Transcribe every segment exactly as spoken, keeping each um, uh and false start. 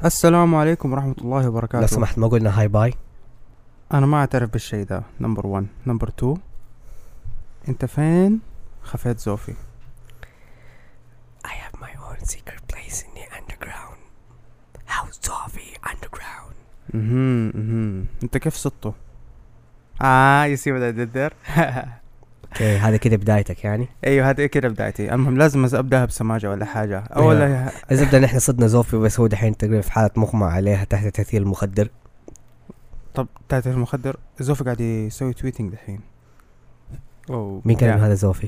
السلام عليكم ورحمة الله وبركاته. لو سمحت ما قلنا هاي باي. أنا ما أعترف بالشيء ده. نمبر ون. نمبر تو، أنت فين خفيت زوفي؟ I have my own secret place in the underground. House Zoffy underground. اها اها أنت كيف صدته؟ آه يسي بدأ يددر. اوكي هذا كده بدايتك يعني. أيوه هذا كده بدايتي. المهم لازم أبدأها بسماجة ولا حاجة. أولا إذا بدنا نحن صدنا زوفي بس هو دحين تقريبا في حالة مغمى عليها تحت تأثير المخدر. طب تحت المخدر. زوفي قاعد يسوي تويتنج دحين. أوه مين كان هذا زوفي؟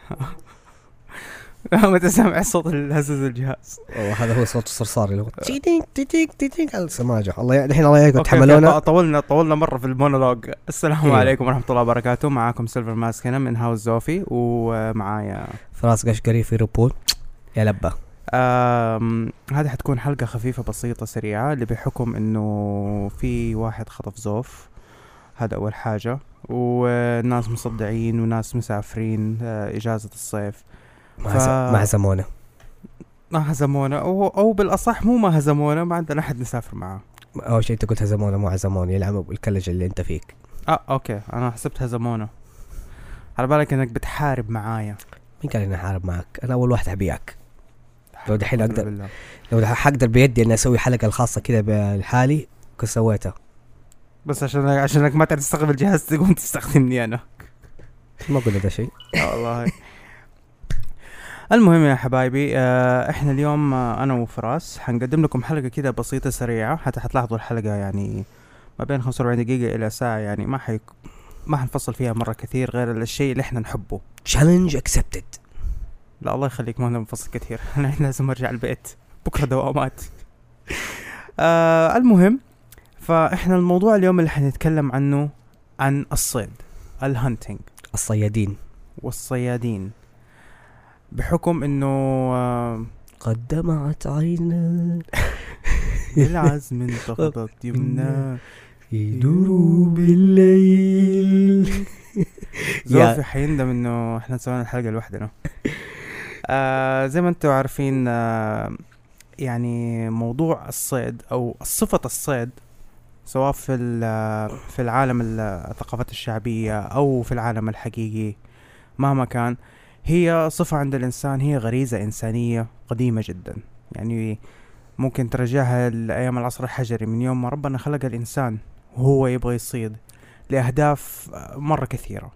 ما تسمع صوت الهزز الجهاز. وهذا هو صوت الصرصار اللي هو تيتينج تيتينج تيتينج على السماجة. الله الحين الله يعينكم تحملونا. طولنا طولنا مرة في المونولوج. السلام إيه. عليكم ورحمة الله وبركاته. معاكم سيلفر ماسك هنا من هاوس زوفي، ومعايا فراس قشقري في روبول يا لبة. هذه حتكون حلقة خفيفة بسيطة سريعة اللي بحكم انه في واحد خطف زوف. هذا اول حاجة، وناس مصدعين وناس مسافرين اجازة الصيف ما ف... ما هزمونا ما هزمونا او او بالاصح مو ما هزمونا، ما عندنا احد نسافر معاه. اول شيء انت قلت هزمونا مو هزموني. يلعبوا بالكلج اللي انت فيك. اه اوكي انا حسبت هزمونا. على بالك انك بتحارب معايا. مين قال اني احارب معك؟ انا اول واحد حبيعك. لو دحين اقدر لو حقدر بيدي اني اسوي حلقة الخاصة كده بالحالي كنت سويتها، بس عشان عشانك ما تعرف تستخدم الجهاز تقوم تستخدمني انا. ما قلنا ده شيء. والله. المهم يا حبايبي، آه احنا اليوم آه انا وفراس حنقدم لكم حلقة كده بسيطة سريعة. حتى حتلاحظوا الحلقة يعني ما بين خمسة وأربعين دقيقة الى ساعة، يعني ما حي ما حنفصل فيها مرة كثير غير الشيء اللي احنا نحبه. challenge accepted. لا الله يخليك ما نفصل كثير. انا لازم ارجع البيت بكرة دوامات. آه المهم، فاحنا الموضوع اليوم اللي حنتكلم عنه عن الصيد، الهانتينج، الصيادين والصيادين. بحكم انه آه قد دمعت عينا بالعزم انتفضت يمنا في دروب الليل. زوفي حيندم انه احنا سوينا الحلقة لوحدنا. آه زي ما انتم عارفين، آه يعني موضوع الصيد او صفة الصيد سواء في في العالم الثقافات الشعبية او في العالم الحقيقي مهما كان، هي صفة عند الإنسان، هي غريزة إنسانية قديمة جدا. يعني ممكن ترجعها لأيام العصر الحجري، من يوم ما ربنا خلق الإنسان وهو يبغى يصيد لأهداف مرة كثيرة.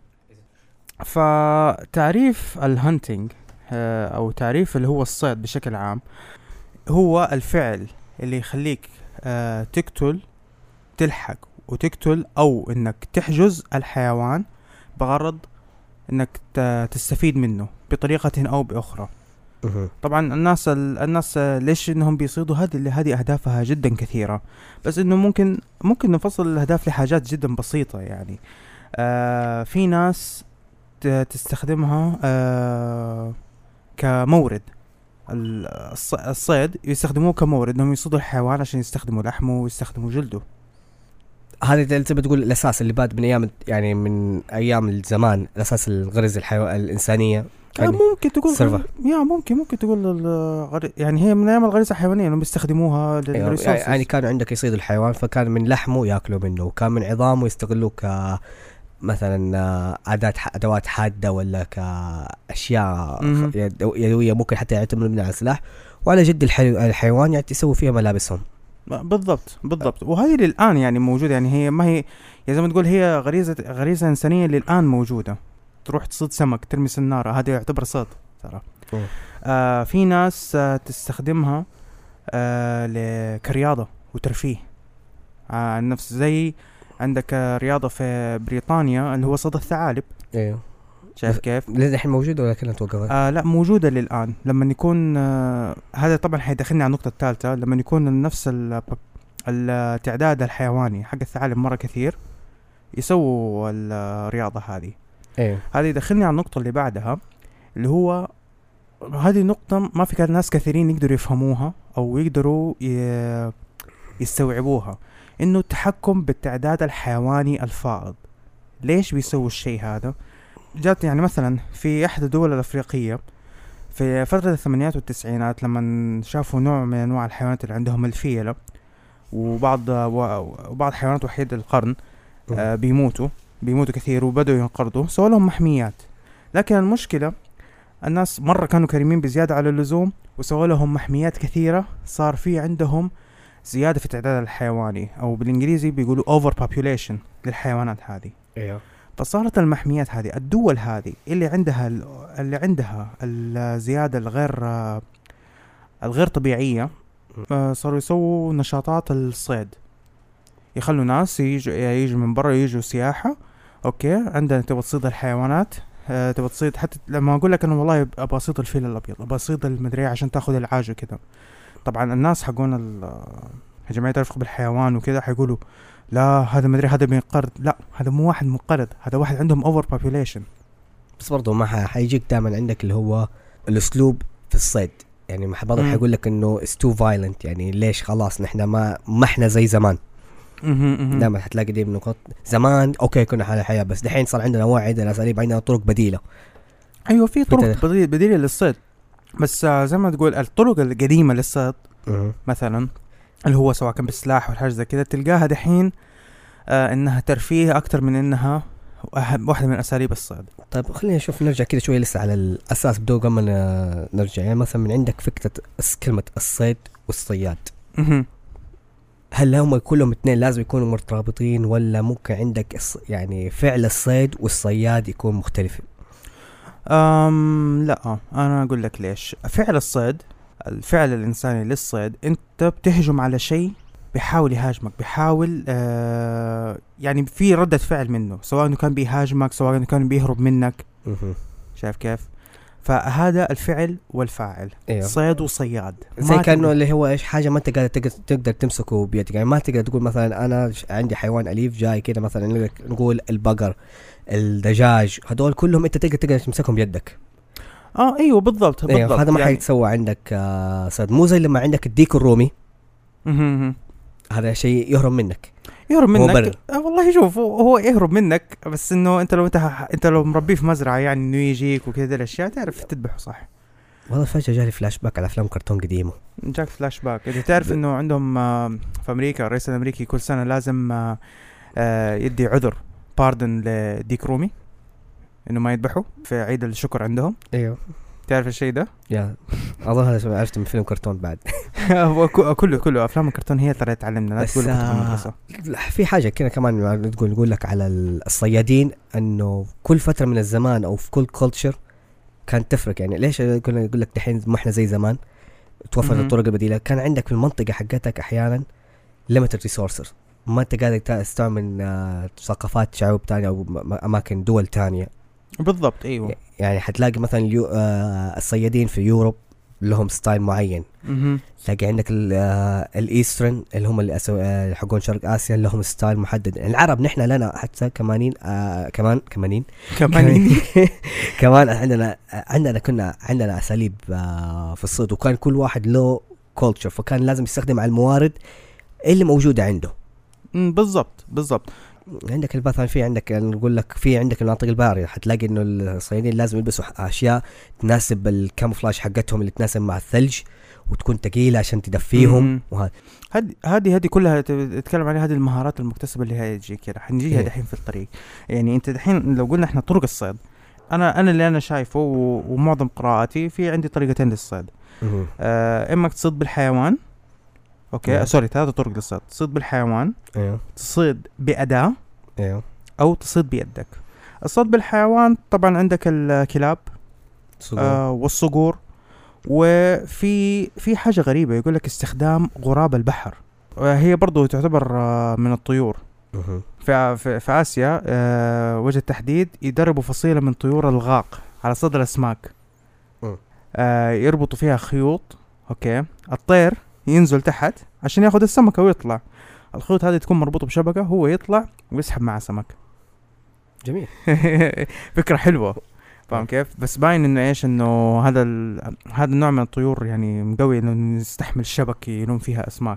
فتعريف الهانتينج أو تعريف اللي هو الصيد بشكل عام هو الفعل اللي يخليك تقتل، تلحق وتقتل أو إنك تحجز الحيوان بغرض انك تستفيد منه بطريقة او باخرى. طبعا الناس الناس ليش انهم بيصيدوا؟ هذه هذه اهدافها جدا كثيرة، بس انه ممكن ممكن نفصل الاهداف لحاجات جدا بسيطة. يعني آه في ناس تستخدمها آه كمورد. الصيد يستخدموه كمورد، انهم يصيدوا الحيوان عشان يستخدموا لحمه ويستخدموا جلده. هذا اللي انت بتقول الاساس اللي باد من ايام، يعني من ايام الزمان، الاساس الغريزه الحيوان الانسانيه. يعني ممكن تقول غر... يا ممكن ممكن تقول الغر... يعني هي من ايام الغريزه الحيوانيه انهم بيستخدموها للريسورسز. يعني كان عندك يصيد الحيوان فكان من لحمه ياكلوا منه، وكان من عظامه يستغلوه ك مثلا اداه ادوات حاده ولا كاشياء يدويه ممكن حتى يعتمدوا منها على سلاح، وعلى جد الحي... الحيوان يعني يسوي فيها ملابسهم. بالضبط بالضبط. وهذه للآن يعني موجودة. يعني هي ما هي زي ما تقول هي غريزة غريزة إنسانية للآن موجودة. تروح تصيد سمك، ترمي سنارة، هذا يعتبر صيد ترى. آه في ناس آه تستخدمها آه كرياضة وترفيه آه نفس زي عندك آه رياضة في بريطانيا اللي هو صيد الثعالب. ايوه شايف كيف؟ لذا الحين موجودة ولا كانت توقفت؟ آه لا موجودة للآن. لما يكون آه هذا طبعا حيدخلني على النقطة الثالثة. لما يكون نفس التعداد الحيواني حق الثعالب مرة كثير يسووا الرياضة هذه. ايوه هذه يدخلني على النقطة اللي بعدها، اللي هو هذه النقطة ما في ناس كثيرين يقدروا يفهموها أو يقدروا يستوعبوها، إنه التحكم بالتعداد الحيواني الفائض. ليش بيسووا الشيء هذا؟ جات يعني مثلا في احدى الدول الافريقيه في فترة الثمانينات والتسعينات لما شافوا نوع من أنواع الحيوانات اللي عندهم الفيلة وبعض وبعض حيوانات وحيد القرن آه بيموتوا بيموتوا كثير وبدأوا ينقرضوا، سووا لهم محميات. لكن المشكلة الناس مرة كانوا كريمين بزيادة على اللزوم وسووا لهم محميات كثيرة، صار في عندهم زيادة في التعداد الحيواني، أو بالإنجليزي بيقولوا overpopulation للحيوانات هذه. ايوه. فصارت المحميات هذه، الدول هذه اللي عندها اللي عندها الزيادة الغير الغير طبيعية، صاروا يسووا نشاطات الصيد، يخلوا ناس يجوا يجوا من برا، يجوا سياحة. اوكي عندنا تبغى تصيد الحيوانات، أه تبغى تصيد، حتى لما اقول لك انا والله ابغى اصيد الفيل الابيض، ابغى اصيد المدري عشان تاخذ العاج وكذا، طبعا الناس حقون جمعية الرفق بالحيوان وكذا حيقولوا لا هذا مدري هذا بينقرض. لا هذا مو واحد منقرض، هذا واحد عندهم اوفر بوبوليشن. بس برضو ما حيجيك دائما عندك اللي هو الاسلوب في الصيد، يعني ما برضو حيقول لك انه it's too violent، يعني ليش خلاص نحن ما ما احنا زي زمان. دائما حتلاقي دي نقط زمان اوكي كنا على الحياة، بس دحين صار عندنا واعي، عندنا اساليب، عندنا طرق بديلة. ايوه في طرق بديلة للصيد، بس زي ما تقول الطرق القديمة للصيد مثلا اللي هو سواء كان بالسلاح والحاجة زي كده، تلقاها دحين آه انها ترفيه اكتر من انها واحدة من اساليب الصيد. طيب خلينا نشوف، نرجع كده شوية لسه على الاساس بدو قبل ما نرجع. يعني مثلا من عندك فكرة كلمة الصيد والصياد، هل هم كلهم اثنين لازم يكونوا مرتبطين، ولا ممكن عندك يعني فعل الصيد والصياد يكون مختلف؟ أم لا انا اقول لك ليش. فعل الصيد، الفعل الانساني للصيد، انت بتهجم على شيء بيحاول يهاجمك، بيحاول آه يعني في ردة فعل منه، سواء انه كان بيهاجمك سواء انه كان بيهرب منك. شايف كيف؟ فهذا الفعل والفاعل. أيوه. صيد وصياد زي كانه اللي هو ايش حاجه ما انت قادر تقدر تمسكه بيدك، يعني ما تقدر تقول مثلا انا عندي حيوان اليف جاي كده، مثلا نقول البقر، الدجاج، هذول كلهم انت تقدر تقدر تمسكهم بيدك. اه ايوه بالضبط بالضبط. أيوه. هذا ما يعني حيتسوى عندك آه صيد، مو زي لما عندك الديك الرومي. اها هذا شيء يهرب منك يهرب منك آه والله شوف هو يهرب منك، بس انه انت لو انت انت لو مربيه في مزرعه يعني انه يجيك وكذا الاشياء تعرف تذبحه صح. والله فجاه جالي فلاش باك على افلام كرتون قديمه. جاك فلاش باك. انت تعرف ب... انه عندهم آه في امريكا الرئيس الامريكي كل سنه لازم آه آه يدي عذر باردن لديك رومي انه ما يذبحوا في عيد الشكر عندهم. ايوه تعرف الشيء ده؟ يا اظن هذا عرفت من فيلم كرتون بعد. هو كله كله افلام الكرتون هي ترى تعلمنا، لا تقول كتب المدرسه. في حاجه كده كمان تقول نقول لك على الصيادين، انه كل فتره من الزمان او في كل كلتشر كانت تفرق. يعني ليش كنا نقول لك دحين ما احنا زي زمان توفر الطرق البديله؟ كان عندك في المنطقه حقتك احيانا limited resources، ما انت قادر تستعمل آه ثقافات شعوب تانية او اماكن دول تانية. بالضبط ايوه. يعني حتلاقي مثلا اليو... آه الصيادين في يوروب لهم ستايل معين، تلاقي عندك الايسترن اللي هم اللي أسو... آه حقون شرق اسيا لهم ستايل محدد. العرب نحن لنا حتى كمانين آه كمان كمانين كمانين كمان عندنا عندنا كنا عندنا اساليب آه في الصيد، وكان كل واحد له كولتشر، فكان لازم يستخدم على الموارد اللي موجوده عنده. بالضبط بالضبط. عندك مثلا في عندك نقول لك في عندك المناطق البارده حتلاقي انه الصيادين لازم يلبسوا اشياء تناسب الكاموفلاج حقتهم اللي تناسب مع الثلج وتكون ثقيله عشان تدفيهم. وهذه هذه هذه كلها تتكلم عليها، هذه المهارات المكتسبه اللي هي تجي كده حنجيها إيه؟ دحين في الطريق. يعني انت دحين لو قلنا احنا طرق الصيد، انا انا اللي انا شايفه ومعظم قراءاتي في عندي طريقتين للصيد. آه اما تصيد بالحيوان، اوكي أيوه. سوري ثلاثة طرق للصيد: تصيد بالحيوان، ايوه، تصيد بأداة، ايوه، او تصيد بيدك. الصيد بالحيوان طبعا عندك الكلاب آه والصقور، وفي في حاجة غريبة يقول لك استخدام غراب البحر، هي برضو تعتبر آه من الطيور. في, في, في آسيا آه وجه التحديد يدربوا فصيلة من طيور الغاق على صيد الأسماك. آه يربطوا فيها خيوط، اوكي، الطير ينزل تحت عشان ياخد السمكة ويطلع، الخيوط هذه تكون مربوطة بشبكة، هو يطلع ويسحب معه سمك. جميل. فكرة حلوة، فاهم كيف؟ بس باين انه ايش انه هذا هذا النوع من الطيور يعني مقوي انه يستحمل الشبك يلوم فيها اسماك.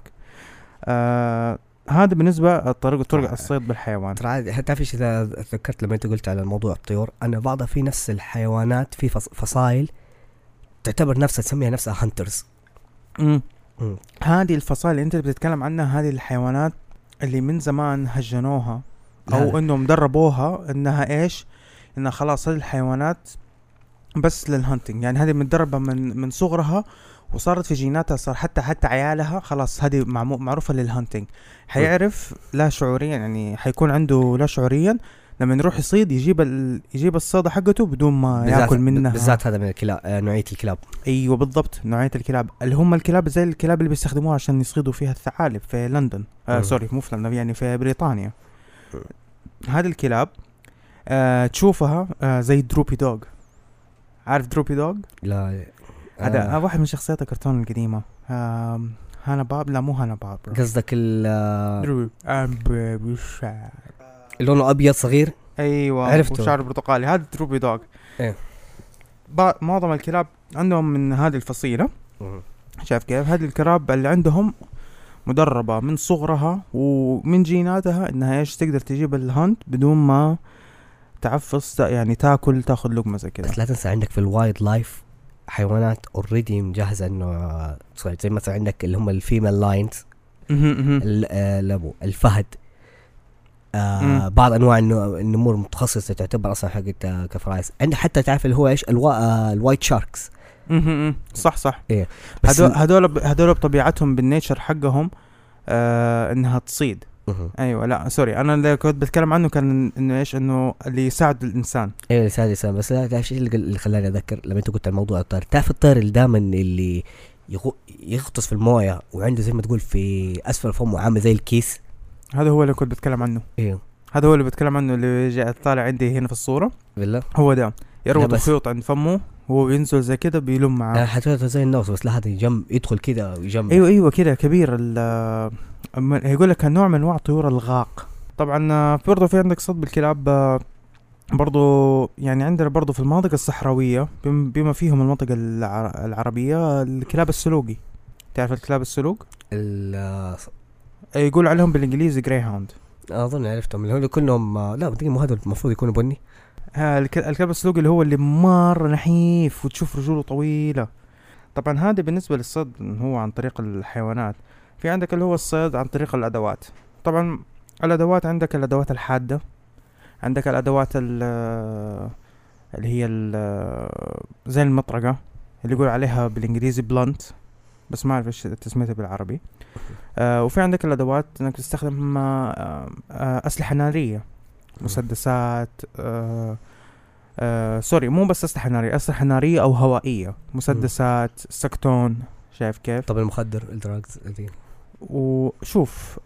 آه هذا بالنسبة طريقة طرق الصيد بالحيوان. ترى تعرف ايش اذا ذكرت لما انت قلت على موضوع الطيور، انا بعضها في نفس الحيوانات في فصائل تعتبر نفسها تسميها نفسها هانترز. امم هذه الفصائل اللي انت بتتكلم عنها هذه الحيوانات اللي من زمان هجنوها او انهم دربوها انها ايش، انها خلاص هذه الحيوانات بس للهانتنج. يعني هذه متدربة من من صغرها وصارت في جيناتها، صار حتى حتى عيالها خلاص هذه معروفة للهانتنج. حيعرف لا شعوريا، يعني حيكون عنده لا شعوريا لما يروح يصيد يجيب ال... يجيب الصيدة حقته بدون ما ياكل منها. بالذات هذا من الكلاب، نوعية الكلاب. ايوه بالضبط، نوعية الكلاب اللي هم الكلاب زي الكلاب اللي بيستخدموها عشان يصيدوا فيها الثعالب في لندن. آه سوري مو في لندن، يعني في بريطانيا. هذه الكلاب آه تشوفها آه زي دروبي دوغ. عارف دروبي دوغ؟ لا هذا آه. واحد من شخصيات الكرتون القديمة. آه هانا باب، لا مو هانا باب، قصدك ال آه لونه ابيض صغير. ايوه عرفته، وشعر برتقالي. هذا دروبي دوغ. ايه معظم الكلاب عندهم من هذه الفصيلة. شايف كيف؟ هذه الكلاب اللي عندهم مدربة من صغرها ومن جيناتها انها ايش تقدر تجيب الهانت بدون ما تعفص، يعني تاكل تاخذ لقمة زي كذا. بس لا تنسى عندك في الوايلد لايف حيوانات اوريدي مجهزة انه زي مثلا عندك اللي هم الفيميل لاينز، الفهد، آه بعض انواع النمور متخصصة تعتبر اصلا حقت كفرايس. عندك حتى تعرف اللي هو ايش الوا... الوايت شاركس. امم صح صح. ايه هذول هذول هذول بطبيعتهم بالنيتشر حقهم آه انها تصيد. مه. ايوه لا سوري، انا اللي كنت بتكلم عنه كان انه ايش، انه اللي يساعد الانسان. ايه اللي يساعد الانسان. بس لا تعرف ايش اللي خلاني اذكر لما انت قلت الموضوع الطير؟ تعرف الطير اللي دائما اللي يغطس في المويه وعنده زي ما تقول في اسفل فمه عامل زي الكيس؟ هذا هو اللي كنت بتكلم عنه. ايه هذا هو اللي بتكلم عنه اللي جاء طالع عندي هنا في الصورة. بالله هو ده يربط خيوط عند فمه وهو بينزل زي كده بيلم معاه. آه حتى زي النوس، بس لا هذا يجم يدخل كده ويجمع. ايوه ايوه كده كبير. يقول لك نوع من انواع طيور الغاق. طبعا برضو في عندك صيد بالكلاب برضو، يعني عندنا برضو في المناطق الصحراوية بما فيهم المنطقة العربية الكلاب السلوقي. تعرف الكلاب السلوق؟ يقول عليهم بالانجليزي جراي هاوند. اظن عرفتهم اللي هو كلهم. لا بدي مو هذول المفروض يكونوا بني. ها الكلب السلوقي اللي هو اللي مر نحيف وتشوف رجوله طويلة. طبعا هذا بالنسبة للصيد هو عن طريق الحيوانات. في عندك اللي هو الصيد عن طريق الأدوات. طبعا الأدوات عندك الأدوات الحادة، عندك الأدوات اللي هي زي المطرقة اللي يقول عليها بالإنجليزي بلانت، بس ما أعرف إيش تسميتها بالعربي. آه وفي عندك الأدوات إنك تستخدم آه آه أسلحة نارية، مسدسات آه آه سوري مو بس أسلحة نارية، أسلحة نارية أو هوائية، مسدسات، سكتون. شايف كيف؟ طب المخدر الدراجز دي. وشوف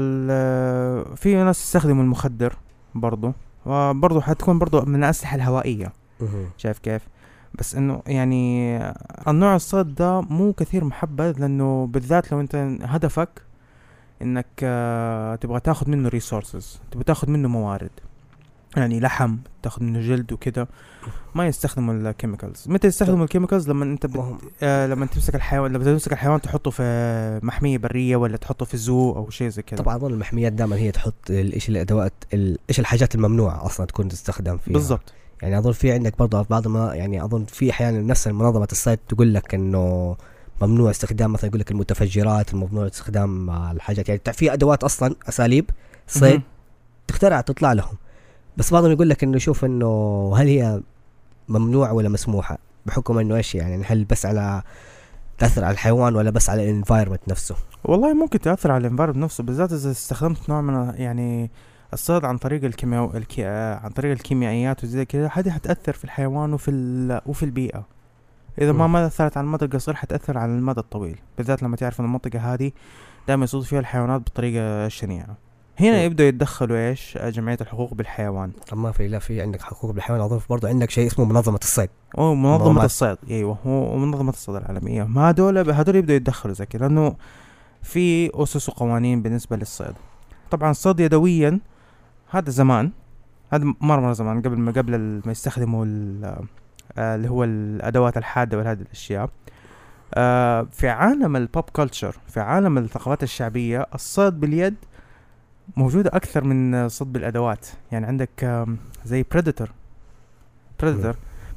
آه في ناس يستخدموا المخدر برضو، وبرضو حتكون برضو من الأسلحة الهوائية. شايف كيف؟ بس انه يعني النوع الصيد ده مو كثير محبذ، لانه بالذات لو انت هدفك انك آه تبغى تاخذ منه ريسورسز، تبغى تاخذ منه موارد، يعني لحم، تاخذ منه جلد وكده، ما يستخدموا الكيميكالز. متى يستخدموا الكيميكالز؟ لما انت بت... آه لما تمسك الحيوان، لما تمسك الحيوان تحطه في محمية برية ولا تحطه في زو او شيء زي كده. طبعا اظن المحميات دائما هي تحط ايش الادوات، ايش الحاجات الممنوعة اصلا تكون تستخدم فيها. بالضبط. يعني اظن في عندك برضه بعض ما يعني اظن في احيانا نفس المنظمة الصيد تقول لك انه ممنوع استخدام، مثلا يقول لك المتفجرات، ممنوع استخدام الحاجات، يعني في ادوات اصلا اساليب صيد تخترع تطلع لهم، بس بعضهم يقول لك انه شوف انه هل هي ممنوع ولا مسموحة، بحكم انه ايش يعني هل بس على تأثر على الحيوان ولا بس على الانفايرمنت نفسه. والله ممكن تأثر على الانفايرمنت نفسه، بالذات اذا استخدمت نوع من يعني الصيد عن طريق الكيمياء الكي... عن طريق الكيميائيات وزي كذا، هذه حتأثر في الحيوان وفي ال... وفي البيئة. إذا ما ما أثرت على المدى القصير حتأثر على المدى الطويل، بالذات لما تعرف أن المنطقة هذه دائما يصيد فيها الحيوانات بطريقة شنيعة. هنا يبدأ يتدخلوا إيش جمعية الحقوق بالحيوان. أما في لا في عندك حقوق بالحيوان، أظن برضو عندك شيء اسمه منظمة الصيد. أو منظمة منظمة الصيد، أيوة هو منظمة الصيد العالمية. ما هدول هدول يبدأوا يتدخلوا زي كذا، لأنه في أسس وقوانين بالنسبة للصيد. طبعا الصيد يدويا هذا زمان، هذا مرة مرة زمان قبل ما قبل ما يستخدموا اللي هو الأدوات الحادة وهذه الأشياء. آه في عالم البوب كلتشر، في عالم الثقافات الشعبية، الصيد باليد موجودة أكثر من صيد بالأدوات. يعني عندك زي بريدتر بريدتر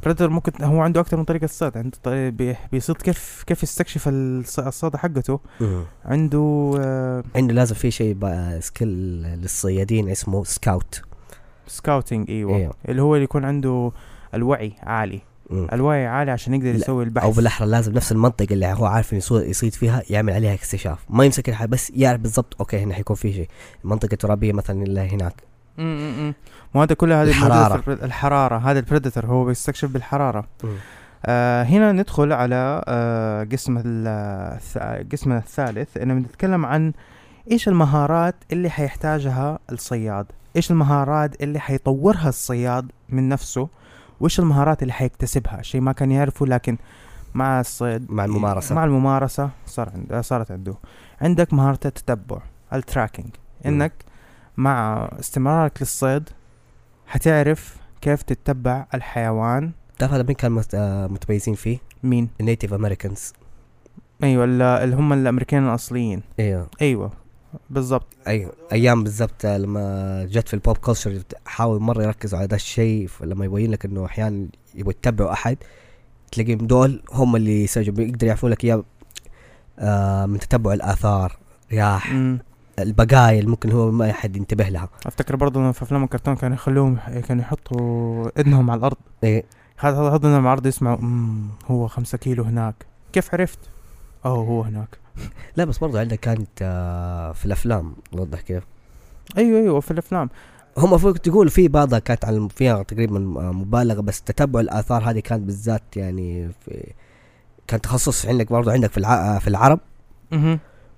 بريدتر ممكن هو عنده اكثر من طريقه صيد، عنده طريقة بيصيد كيف كيف يستكشف الصيده حقته. مم. عنده آه عنده لازم في شيء سكيل للصيادين اسمه سكاوت سكاوتينج. ايوه, أيوه. اللي هو اللي يكون عنده الوعي عالي. مم. الوعي عالي عشان يقدر يسوي البحث، او بالاحرى لازم نفس المنطقه اللي هو عارف يصيد فيها يعمل عليها اكتشاف، ما يمسك الحاجه بس يعرف بالضبط اوكي هنا حيكون في شيء، المنطقه الترابيه مثلا اللي هناك. امم مو هذا كل هذه الحراره الحراره هذا البريدتر هو بيستكشف بالحراره. آه هنا ندخل على آه قسم قسمنا الثالث، انه بنتكلم عن ايش المهارات اللي حيحتاجها الصياد، ايش المهارات اللي حيطورها الصياد من نفسه، وايش المهارات اللي حيكتسبها، شيء ما كان يعرفه لكن مع الصيد مع الممارسه مع الممارسه صار عنده صارت عنده. عندك مهاره التتبع التراكنج، انك مع استمرارك للصيد حتعرف كيف تتبع الحيوان. تعرف هذا مين كان متميزين فيه؟ مين؟ النيتيف امريكانز. ايوه اللي هم الامريكان الاصليين. ايوه ايوه بالضبط. ايوه ايام بالضبط لما جت في البوب كلتشر حاول مره يركزوا على هذا الشيء، لما يبين لك انه احيانا يبغوا يتبعوا احد تلاقيهم دول هم اللي يسجلوا يقدر يعرفوا لك اياه آه من تتبع الاثار، رياح م. البقايا اللي ممكن هو ما حد ينتبه لها. افتكر برضه في افلام الكرتون كانوا يخلوهم كانوا يحطوا اذنهم على الارض. ايه هذا هذا اذنهم على الارض يسمعوا امم هو خمسة كيلو هناك. كيف عرفت؟ اه هو هناك. لا بس برضه عندك كانت آه في الافلام وضح كيف. ايوه ايوه في الافلام هم فوق تقول في بعضها كانت على فيها تقريبا مبالغه، بس تتبع الاثار هذه كانت بالذات يعني في كان تخصص عندك برضه عندك في الع... في العرب اها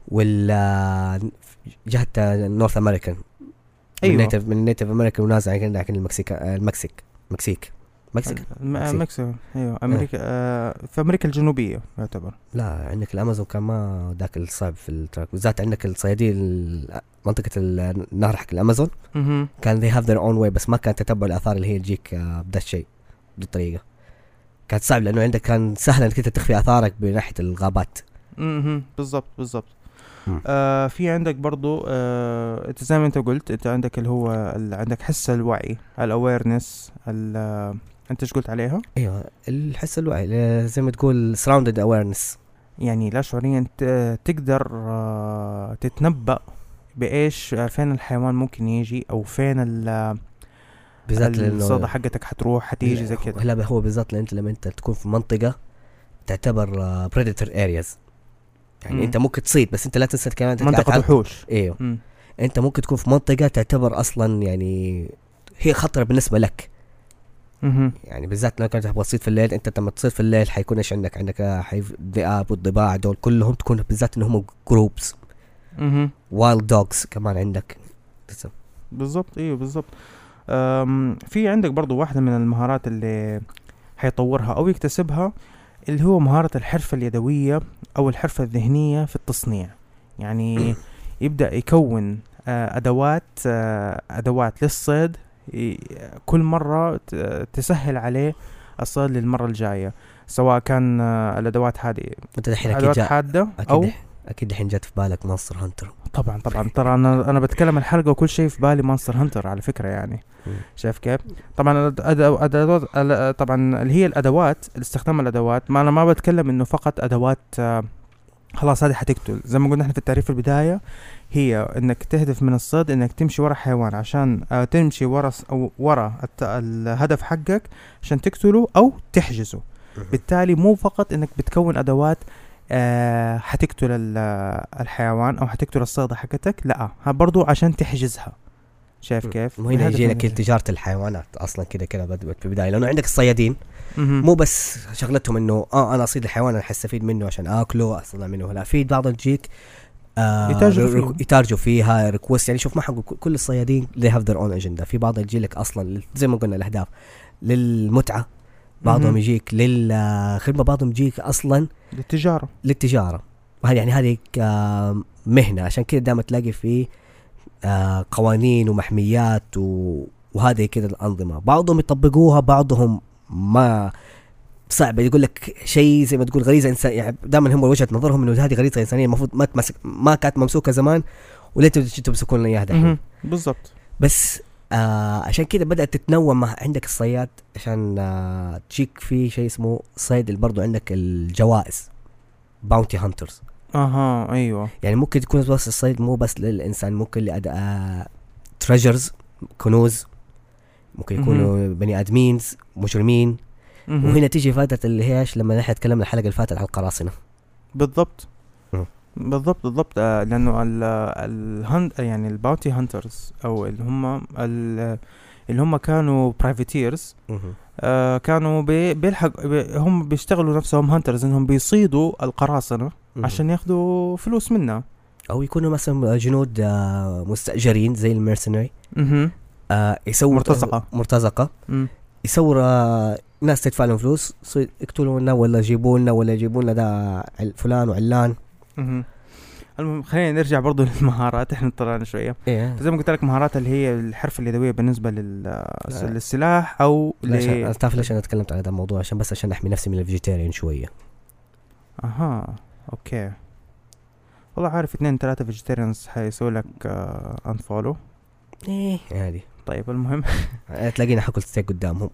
وال جهه نورث امريكان. ايوه من نيتيف من نيتيف امريكان ونازع عندنا لكن المكسيك المكسيك مكسيك مكسيك مكسيك ايوه امريكا آه في امريكا الجنوبيه يعتبر. لا عندك الامازون كان ما ذاك الصعب في التراك، بالذات عندك الصيادين منطقه النهر حق الامازون اها كان they have their own way، بس ما كان تتبع الاثار اللي هي تجيك آه بدا الشيء بالطريقه كانت صعب لانه عندك كان سهل انك تخفي اثارك بناحيه الغابات. اها بالضبط بالضبط. آه في عندك برضو آه انت زي ما انت قلت انت عندك اللي هو عندك حس الوعي الاويرنس انت ايش قلت عليها؟ ايوه الحس الوعي زي ما تقول surrounded awareness، يعني لا شعوريا تقدر آه تتنبأ بايش فين الحيوان ممكن يجي او فين ال بالذات الصيدة حقتك حتروح حتيجي زي كده. لا هو بالذات انت لما انت تكون في منطقه تعتبر آه predator areas، يعني مم. انت ممكن تصيد بس انت لا تنسى كمان منطقة وحوش. ايوه مم. انت ممكن تكون في منطقة تعتبر اصلا يعني هي خطرة بالنسبة لك. مم. يعني بالذات لو كنت تبغى تصيد في الليل، انت لما تصيد في الليل حيكون ايش عندك عندك الذئاب والضباع دول كلهم تكون بالذات انهم جروبس وايلد دوجز كمان عندك بالضبط. ايوه بالضبط. في عندك برضو واحدة من المهارات اللي حيطورها او يكتسبها اللي هو مهارة الحرفة اليدوية أو الحرفة الذهنية في التصنيع. يعني يبدأ يكون أدوات أدوات للصيد كل مرة تسهل عليه الصيد للمرة الجاية، سواء كان الأدوات هذه أدوات حادة أو أكيد الحين جات في بالك مونستر هانتر. طبعا طبعا ترى أنا أنا بتكلم الحلقة وكل شيء في بالي مونستر هانتر على فكرة يعني. شايف كيف؟ طبعا أدوات طبعا اللي هي الأدوات الاستخدام الأدوات، ما أنا ما بتكلم إنه فقط أدوات خلاص هذه حتقتل. زي ما قلنا إحنا في التعريف في البداية هي إنك تهدف من الصيد إنك تمشي ورا حيوان عشان تمشي ورا أو ورا الهدف حقك عشان تقتله أو تحجزه. بالتالي مو فقط إنك بتكون أدوات أه حتقتل الحيوان أو حتقتل الصيدة حقتك، لا برضو عشان تحجزها. شايف كيف؟ مو هنا يجي لك تجارة الحيوانات أصلا كده كده بدأت في البداية، لأنه عندك الصيادين مو بس شغلتهم إنه آه أنا أصيد الحيوان أنا حستفيد منه عشان أكله أصلا منه، لا في بعض تجيك آه يتارجوا, يتارجوا فيها ريكوست. يعني شوف ما حق كل الصيادين they have their own agenda. في بعض يجي لك أصلا زي ما قلنا الأهداف للمتعة، بعضهم يجيك للخدمة، بعضهم يجيك أصلا للتجارة للتجارة وهذه يعني هذه آه مهنة. عشان كده دائما تلاقي في آه قوانين ومحميات و... وهذه كده الأنظمة، بعضهم يطبقوها بعضهم ما صعب. يقول لك شيء زي ما تقول غريزة إنسان، يعني دائما هم وجهة نظرهم إنه هذه غريزة إنسانية المفروض ما تمسك، ما كانت ممسوكة زمان وليه تمسكون لنا إياها دحين بالضبط. بس آه عشان كده بدأت تتنوع مع عندك الصياد، عشان آه تجيك في شيء اسمه صيد اللي برضو عندك الجوائز باونتي هانترز. اها ايوه. يعني ممكن تكون بس الصيد مو بس للإنسان، ممكن لأداء تريجرز كنوز، ممكن يكونوا مهم. بني آدمين مجرمين. مهم. وهنا تيجي فائدة اللي هي إيش، لما نحن تكلمنا الحلقة اللي فاتت عن القراصنة. بالضبط مم. بالضبط بالضبط آه لانه ال الهند يعني الباونتي هانترز او اللي هم ال- اللي هم كانوا برايفتيرز، مهم. آه كانوا بي بيلحق بي هم بيشتغلوا نفسهم هانترز، انهم بيصيدوا القراصنة مهم. عشان ياخدوا فلوس منها. أو يكونوا مثلا جنود آه مستأجرين زي الميرسنري، اها آه يسووا مرتزقة. مرتزقة مم. يصور آه، ناس تدفع لهم فلوس، صي- يقتلوا لنا ولا يجيبوا لنا ولا يجيبوا لنا ده عل- فلان وعلان. مهم. المهم خلينا نرجع برضو للمهارات، احنا طلعنا شوية. ايه زي ما قلت لك مهارات اللي هي الحرفة اليدوية بالنسبة لل للسلاح او ليش ل... انا تعرف ليش انا تكلمت عن هذا الموضوع؟ عشان بس عشان احمي نفسي من الفيجيتيريان شويه. اها اوكي. والله عارف اثنين ثلاثة فيجيتيريانز حيسوي لك انفولو. ايه هذه طيب المهم تلاقينا حاكل ستيك قدامهم.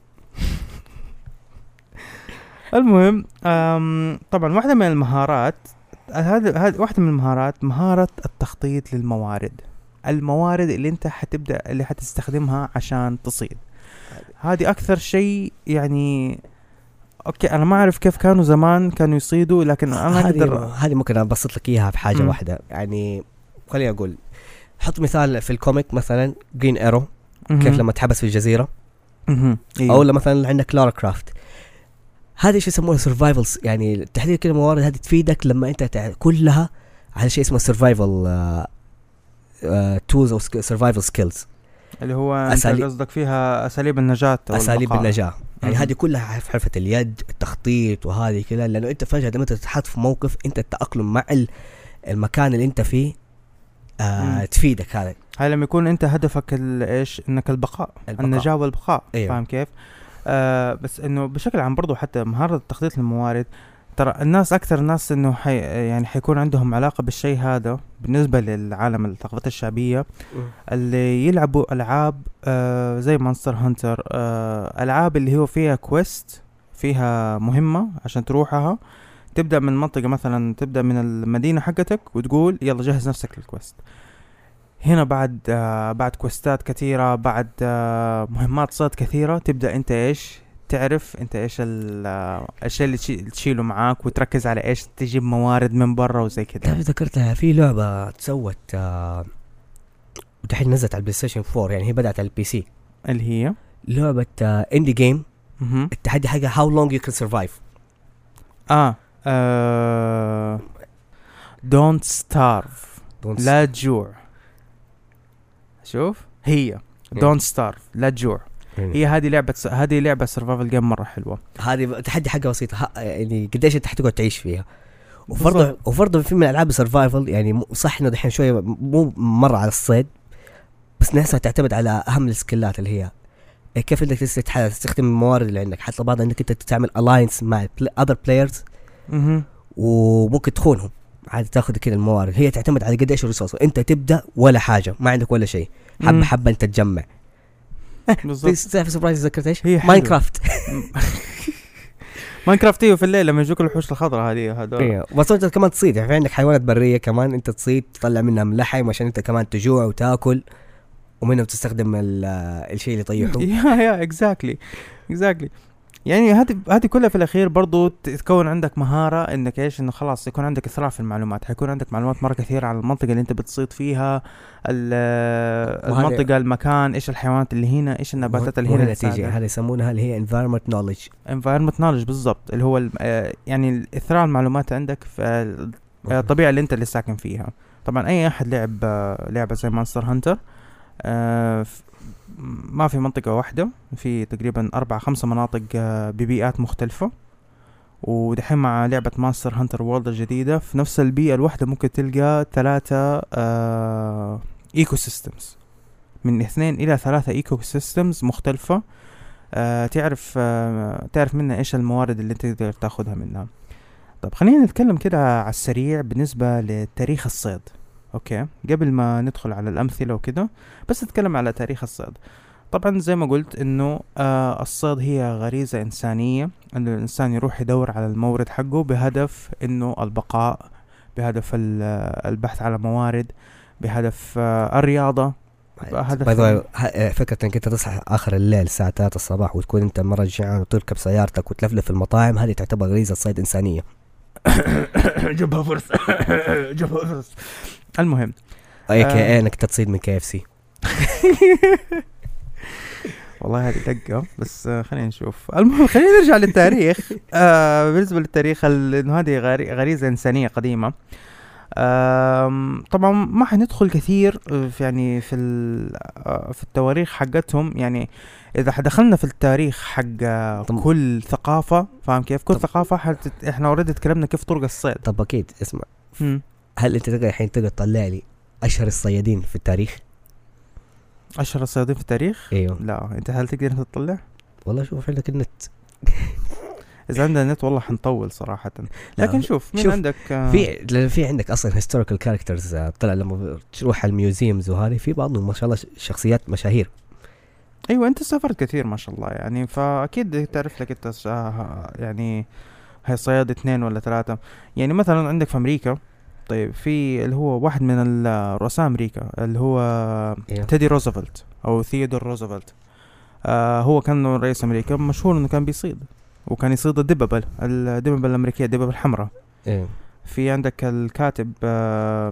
المهم أم طبعا واحدة من المهارات، هذا هذا واحدة من المهارات، مهارة التخطيط للموارد. الموارد اللي انت حتبدأ اللي حتستخدمها عشان تصيد، هذه اكثر شيء يعني. اوكي انا ما اعرف كيف كانوا زمان كانوا يصيدوا، لكن انا اقدر هذه هذه ممكن ابسط لك اياها بحاجه مم. واحده. يعني خليني اقول، حط مثال في الكوميك مثلا جرين ايرو، كيف لما تحبس في الجزيره، أيوه. او لما مثلا عندك لارا كرافت، هذه شيء يسمونه سرفايفلز. يعني تحديد كل الموارد هذه تفيدك لما انت تع... كلها على شيء اسمه سرفايفل تولز او سرفايفل سكيلز، اللي هو انت أساليب- قصدك فيها اساليب النجاة أو اساليب البقاء. النجاه. يعني مهم. هذه كلها في حرفه اليد، التخطيط وهذه كلها، لانه انت فجاه لما تتحط في موقف انت التاقلم مع ال- المكان اللي انت فيه آه مم. تفيدك. هذا هاي لما يكون انت هدفك ال- ايش انك البقاء, البقاء. النجاة والبقاء. أيوه. فاهم كيف؟ آه بس انه بشكل عام برضو حتى مهارة التخطيط للموارد، ترى الناس اكثر الناس انه حي يعني حيكون عندهم علاقة بالشيء هذا بالنسبة للعالم الثقافات الشعبية اللي يلعبوا العاب آه زي مونستر هانتر، آه العاب اللي هو فيها كويست، فيها مهمة عشان تروحها. تبدأ من منطقة مثلا، تبدأ من المدينة حقتك وتقول يلا جهز نفسك للكويست. هنا بعد آه بعد كويستات كثيرة، بعد آه مهمات صيد كثيرة، تبدأ انت ايش تعرف انت ايش الاشياء اللي تشي- تشيله معاك، وتركز على ايش تجيب موارد من برا وزي كده. تعرف ذكرتها في لعبه تسوت آه وتحين نزلت على البلاي ستيشن فور، يعني هي بدأت على البي سي، اللي هي لعبه آه اندي جيم. مهم. التحدي حقها هاو لونج يو كان سرفايف. اه, آه don't starve لا تجوع. شوف هي don't starve لا تجوع. هي هذه لعبة هذه لعبة survival game مرة حلوة. هذه التحدي حقها بسيط، ها- يعني قديش انت حتقعد تعيش فيها. بالضبط. وفرضه وفرضه في من الالعاب السرفايفل، يعني مو- صح انه دحين شويه مو مره على الصيد، بس نفسها تعتمد على اهم السكيلات اللي هي كيف انك تستح- تستخدم الموارد اللي عندك. حتى بعض انك انت تعمل الاينس مع اذر بلايرز مهم. وممكن تخونهم عادي، تاخذ كده الموارد. هي تعتمد على قديش الريسورس، انت تبدا ولا حاجه، ما عندك ولا شيء، حبه مم. حبه انت تجمع. بالضبط. تعرف سربرايز ذكرت ايش؟ هي حلوة. ماينكرافت. ماينكرافت ايوه في الليل لما يجوك الوحوش الخضراء هذه هذول. ايوه بس انت كمان تصيد، يعني في عندك حيوانات بريه كمان انت تصيد، تطلع منها من لحم عشان انت كمان تجوع وتاكل، ومنهم تستخدم ال- الشيء اللي يطيحه. يا يا اكزاكتلي اكزاكتلي يعني هذه هذه كلها في الاخير برضو تكون عندك مهارة انك ايش انه خلاص يكون عندك اثراء في المعلومات. حيكون عندك معلومات مرة كثيرة عن المنطقة اللي انت بتصيد فيها، ال- وهذا- المنطقة، المكان، ايش الحيوانات اللي هنا، ايش النباتات اللي هنا. وهنا تيجي هذه يسمونها اللي هي environment knowledge. environment knowledge بالضبط، اللي هو الم- آه، يعني اثراء المعلومات عندك في ال- آه، الطبيعة اللي انت اللي ساكن فيها. طبعا اي احد لعب آه، لعبة زي مونستر هانتر، آه، ف- ما في منطقة واحدة، في تقريبا أربعة خمسة مناطق آه، ببيئات مختلفة. ودحين مع لعبة مونستر هانتر وورلد الجديدة في نفس البيئة الواحدة ممكن تلقى ثلاثة آه ايكو سيستمز، من اثنين إلى ثلاثة ايكو سيستمز مختلفة. آه تعرف آه تعرف منها ايش الموارد اللي انت تقدر تاخدها منها. طب خلينا نتكلم كده على السريع بالنسبة لتاريخ الصيد. اوكي قبل ما ندخل على الامثله وكده، بس نتكلم على تاريخ الصيد. طبعا زي ما قلت انه آه الصيد هي غريزه انسانيه، انه الانسان يروح يدور على المورد حقه بهدف انه البقاء، بهدف ال- آه، البحث على موارد، بهدف آه الرياضه، بهدف باي ذا واي، فكرة انك انت تصحى اخر الليل الساعة ثلاثة الصباح وتكون انت مرة جيعان وتركب سيارتك وتلفلف في المطاعم، هذه تعتبر غريزة صيد انسانية. جبهه فرصه. جبهه فرصه. المهم اي كي آه. اي انك تصيد من كي اف سي. والله هذه دقة، بس آه خلينا نشوف. المهم خلينا نرجع للتاريخ. آه بالنسبة للتاريخ ال- انه هذه غري- غريزة انسانية قديمة. آم، طبعا ما حندخل كثير في يعني في ال- آه، في التواريخ حقتهم. يعني اذا حدخلنا في التاريخ حق آه، طب- كل ثقافة، فاهم كيف؟ كل طب- ثقافة حتت... احنا اوريدي تكلمنا كيف طرق الصيد. طب اكيد اسمع، مم. هل انت تقدر الحين تقدر تطلع لي اشهر الصيادين في التاريخ؟ اشهر الصيادين في التاريخ؟ ايوه لا، انت هل تقدر تطلع؟ والله شوف عندك النت. اذا عندنا نت والله حنطول صراحة. لكن شوف مين شوف، عندك آه، في لأن في عندك اصلا هيستوريكال كاركترز طلع لما تروح على الميوزيومز وهذه، في بعضهم ما شاء الله شخصيات مشاهير. ايوه انت سافرت كثير ما شاء الله يعني، فاكيد تعرف لك انت شا- يعني هي صياد اثنين ولا ثلاثة. يعني مثلا عندك في امريكا، طيب في اللي هو واحد من الرؤساء امريكا اللي هو إيه. تيدي روزفلت او ثيودور روزفلت. آه هو كان رئيس امريكا، مشهور انه كان بيصيد، وكان يصيد الدببة الدببة الامريكية، الدببة الحمراء. إيه. في عندك الكاتب آه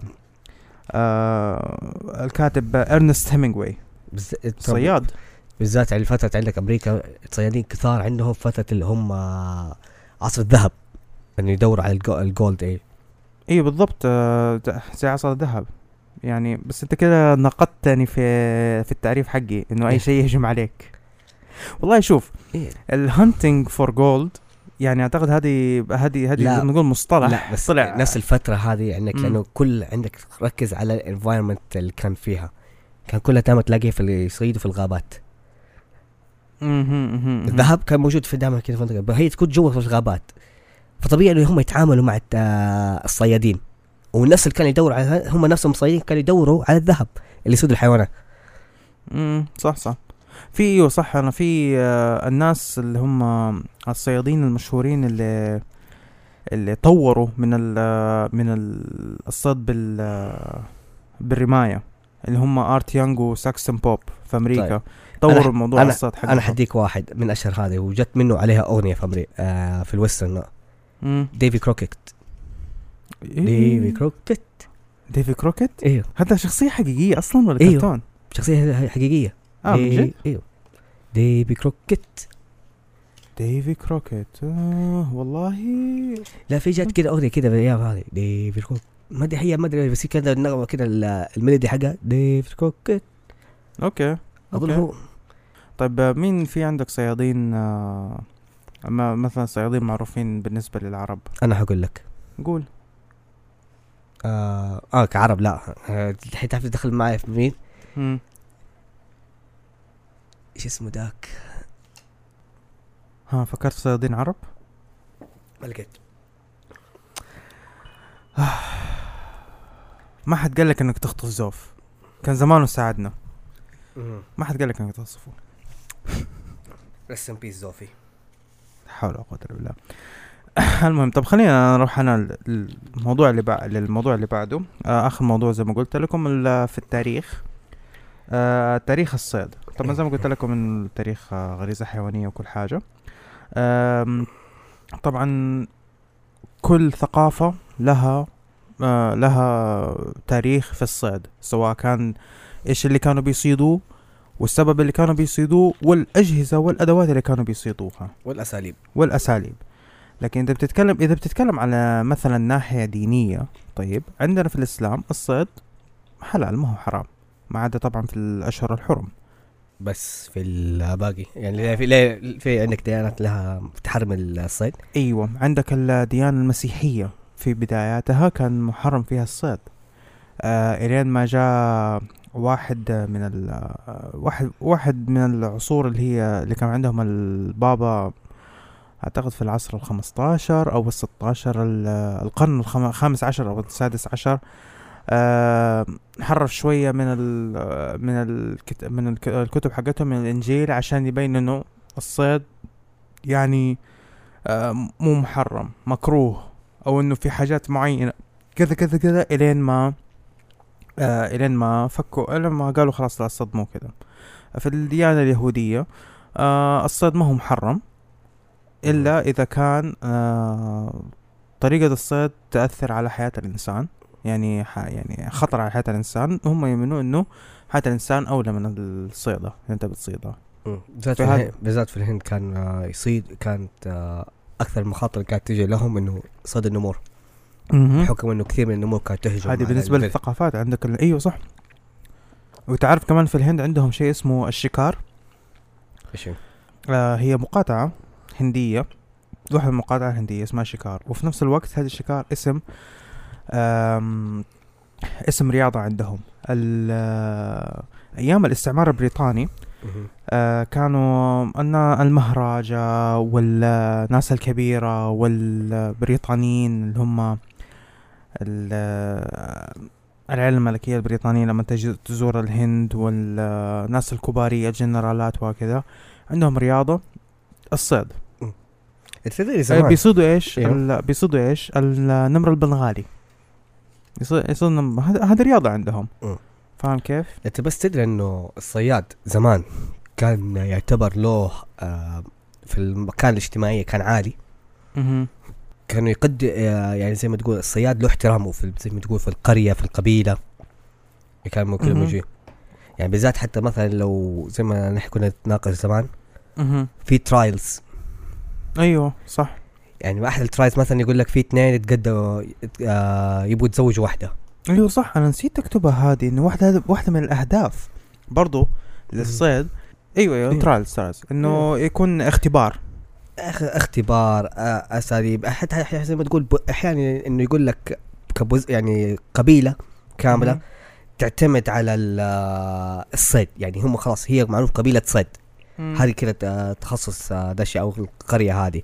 آه الكاتب ارنست هيمنغواي، بز... صياد. بالذات على فترة عندك امريكا صيادين كثار عندهم فترة اللي هم عصر الذهب، انه يدوروا على الجو... الجولد. ايه ايه بالضبط، آه، زي عصا الذهب يعني. بس انت كده نقدتني في في التعريف حقي انه اي إيه. شيء يهجم عليك. والله شوف، إيه. الهانتنج فور جولد يعني اعتقد هذه هذه هذه لا. زي ما نقول مصطلح. لا بس طلع نفس الفترة هذه عندك، مم. لانه كل عندك ركز على الانفايرمنت اللي كان فيها، كان كلها دائما تلاقيه في الصيد في الغابات. مهم، مهم، مهم. الذهب كان موجود في دائما كذا في المنطقة، هي تكون جوا في الغابات، فطبيعي انه هم يتعاملوا مع الت- الصيادين، والناس اللي كانوا يدوروا على هم نفسهم الصيادين كانوا يدوروا على الذهب اللي يصيد الحيوانات. امم صح صح. في ايوه صح. انا في آه الناس اللي هم الصيادين المشهورين اللي اللي طوروا من ال من ال- الصيد بال آه، بالرماية، اللي هم ارت يانج وساكسون بوب في امريكا. طيب. طوروا أنا- الموضوع أنا- الصيد حقهم. انا حديك واحد من اشهر هذه وجت منه عليها اغنيه في امريكا، آه في الويسترن، مم. ديفي كروكيت. إيه؟ ديفي كروكيت. ديفي كروكيت ايوه هذا شخصية حقيقية اصلا ولا أيوه. كرتون؟ شخصيه حقيقيه. اه من جد؟ ايوه ديفي كروكيت. ديفي كروكيت آه والله. لا في جت كده اغنيه كده بالايام هذه، ديفي كروكيت، ما ادري هي ما ادري بس كذا النغمه كده ال- الميلودي حقها ديفي كروكيت اوكي اظن أوكي. هو. طيب آه، مين في عندك صيادين آه ما مثلا صيادين معروفين بالنسبة للعرب؟ انا حقول لك قول. اه, آه كعرب لا، آه، الحين تعرف تدخل معي في مين؟ مم. ايش اسمه ذاك؟ ها فكرت في صيادين عرب؟ ما لقيت. ما حد قال لك انك تخطف زوف، كان زمانه ساعدنا. ما حد قال لك انك تصفه. رست ان بيس زوفي. لا حول ولا قوة الا بالله. المهم طب خلينا نروح انا للموضوع اللي بعد للموضوع اللي بعده. آه اخر موضوع زي ما قلت لكم ال- في التاريخ، آه تاريخ الصيد. طبعا زي ما قلت لكم ان التاريخ آه غريزة حيوانية وكل حاجة. آم، طبعا كل ثقافة لها آه لها تاريخ في الصيد، سواء كان ايش اللي كانوا بيصيدوه والسبب اللي كانوا بيصيدوه والأجهزة والأدوات اللي كانوا بيصيدوها والاساليب. والأساليب. لكن إذا بتتكلم إذا بتتكلم على مثلا ناحية دينية، طيب عندنا في الإسلام الصيد حلال ما هو حرام، ما عدا طبعا في الأشهر الحرم. بس في الباقي يعني في لا في عندك ديانات لها تحرم الصيد. أيوة عندك الديانة المسيحية في بداياتها كان محرم فيها الصيد، آه إلين ما جاء واحد من ال آه، واحد واحد من العصور اللي هي اللي كان عندهم البابا، أعتقد في العصر الخمستاشر أو الستاشر، ال- القرن الخم- الخامس عشر أو السادس عشر. آه حرف شوية من ال من الكت من الك- الكتب حقتهم من الإنجيل عشان يبين إنه الصيد يعني آه مو محرم، مكروه، أو إنه في حاجات معينة كذا كذا كذا، إلين ما آه إلين ما فكوا، إلين ما قالوا خلاص لا تصدموا كذا. في الديانة اليهودية آه الصيد ما هو محرم إلا إذا كان آه طريقة الصيد تأثر على حياة الإنسان، يعني ح... يعني خطر على حياة الإنسان. هم يؤمنون إنه حياة الإنسان أولى من الصيدة اللي أنت بتصيدها. مم. بالذات في في هاد- الهند، بالذات في الهند كان آه، يصيد، كانت آه، اكثر المخاطر كانت تجي لهم انه صيد النمور، بحكم انه كثير من النمور كانت تهجم هذه على بالنسبة البر. للثقافات عندك ال... أيوة صح. وتعرف كمان في الهند عندهم شيء اسمه الشكار. ايش هو؟ آه هي مقاطعة هندية، واحدة مقاطعة هندية اسمها شكار، وفي نفس الوقت هذا الشكار اسم آم اسم رياضة عندهم. ال- آه، أيام الاستعمار البريطاني مهم. آه كانوا أن المهراجة والناس الكبيرة والبريطانيين اللي هم ال- آه، العائلة الملكية البريطانية لما تجي تزور الهند، والناس الكبارية الجنرالات وكذا، عندهم رياضة الصيد. تدري آه، زمان بيصيدوا ايش أيوه. ال- بيصيدوا ايش النمر البنغالي. يصيد يصيد نمر، هذا هذا رياضة عندهم. م. فاهم كيف؟ انت بس تدري انه الصياد زمان كان يعتبر له آه، في المكان الاجتماعي كان عالي، اها كانوا يقد آه، يعني زي ما تقول الصياد له احترامه في زي ما تقول في القرية في القبيلة، كان ممكن مهم. يجي يعني بالذات حتى مثلا لو زي ما نحن كنا نتناقش زمان اها في ترايلز، ايوه صح. يعني احد الترايلز مثلا يقول لك في اثنين يتقدموا آه، يبغوا يتزوجوا واحدة. ايوه صح، انا نسيت اكتبها هذه، انه واحده واحده من الاهداف برضو للصيد. ايوه ايوه أيوة. ترايلز ترايلز انه يكون اختبار. أخ اختبار آه، اساليب، حتى حتى زي ما تقول ب- احيانا انه يقول لك كبز يعني قبيله كامله مهم. تعتمد على ال- آه، الصيد، يعني هم خلاص هي معروف قبيله صيد، مم. هذه كده آه، تخصص آه، ده الشيء او القريه هذه،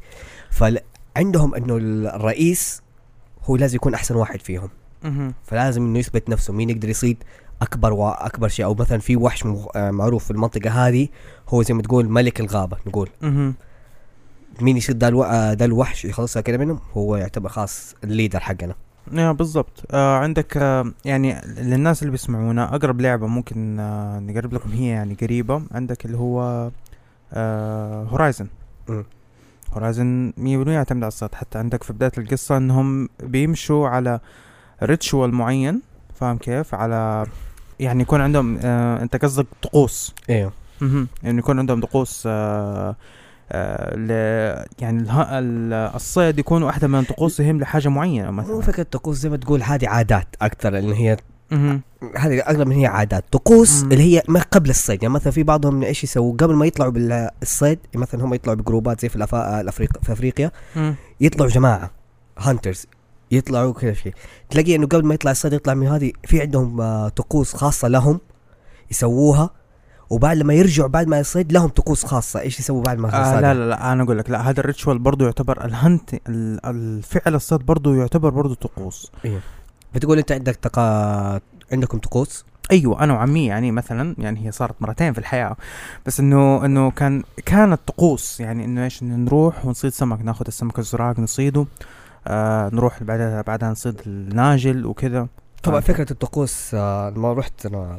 فعندهم انه الرئيس هو لازم يكون احسن واحد فيهم، مهم. فلازم انه يثبت نفسه مين يقدر يصيد اكبر واكبر شيء، او مثلا في وحش مغ- آه، معروف في المنطقه هذه هو زي ما تقول ملك الغابه، نقول مهم. مين يصيد ده, الو... آه، ده الوحش يخلصها كده منهم هو يعتبر خاص الليدر حقنا. يا بالضبط. آه عندك آه يعني للناس اللي بيسمعونا اقرب لعبه ممكن آه نقرب لكم هي يعني قريبه، عندك اللي هو آه هورايزن. مم. هورايزن مية بالمية يعتمد على الصيد. حتى عندك في بدايه القصه انهم بيمشوا على ريتشوال معين، فاهم كيف؟ على يعني يكون عندهم آه انت قصدك طقوس. ايوه اها يعني يكون عندهم طقوس آه آه ل يعني اله- ال- الصيد يكون واحدة من طقوسهم لحاجة معينة مو مثلا. فكرة طقوس، زي ما تقول هذه عادات اكثر، لان هي اها هذه اغلب من هي عادات طقوس مم. اللي هي ما قبل الصيد، يعني مثلا في بعضهم ايش يسووا قبل ما يطلعوا بالصيد، مثلا هم يطلعوا بجروبات زي في الأفا... الافريق في افريقيا مم. يطلعوا جماعه هانترز يطلعوا كذا شيء، تلاقي انه قبل ما يطلع الصيد يطلع من هذه في عندهم آه، طقوس خاصه لهم يسووها، وبعد لما يرجعوا بعد ما يصيد لهم طقوس خاصه ايش يسووا بعد ما آه يصيد. لا لا لا انا اقول لك، لا هذا الريتشوال برضو يعتبر الهنت ال- الفعل الصيد برضو يعتبر برضو طقوس. بتقول انت عندك تقا... عندكم طقوس؟ ايوه انا وعمي يعني مثلا، يعني هي صارت مرتين في الحياه، بس انه انه كان كانت طقوس، يعني انه ايش، انه نروح ونصيد سمك، ناخذ السمك الزراق نصيده، آه نروح بعدها بعدها نصيد الناجل وكذا. طبعا آه. فكره الطقوس آه لما رحت انا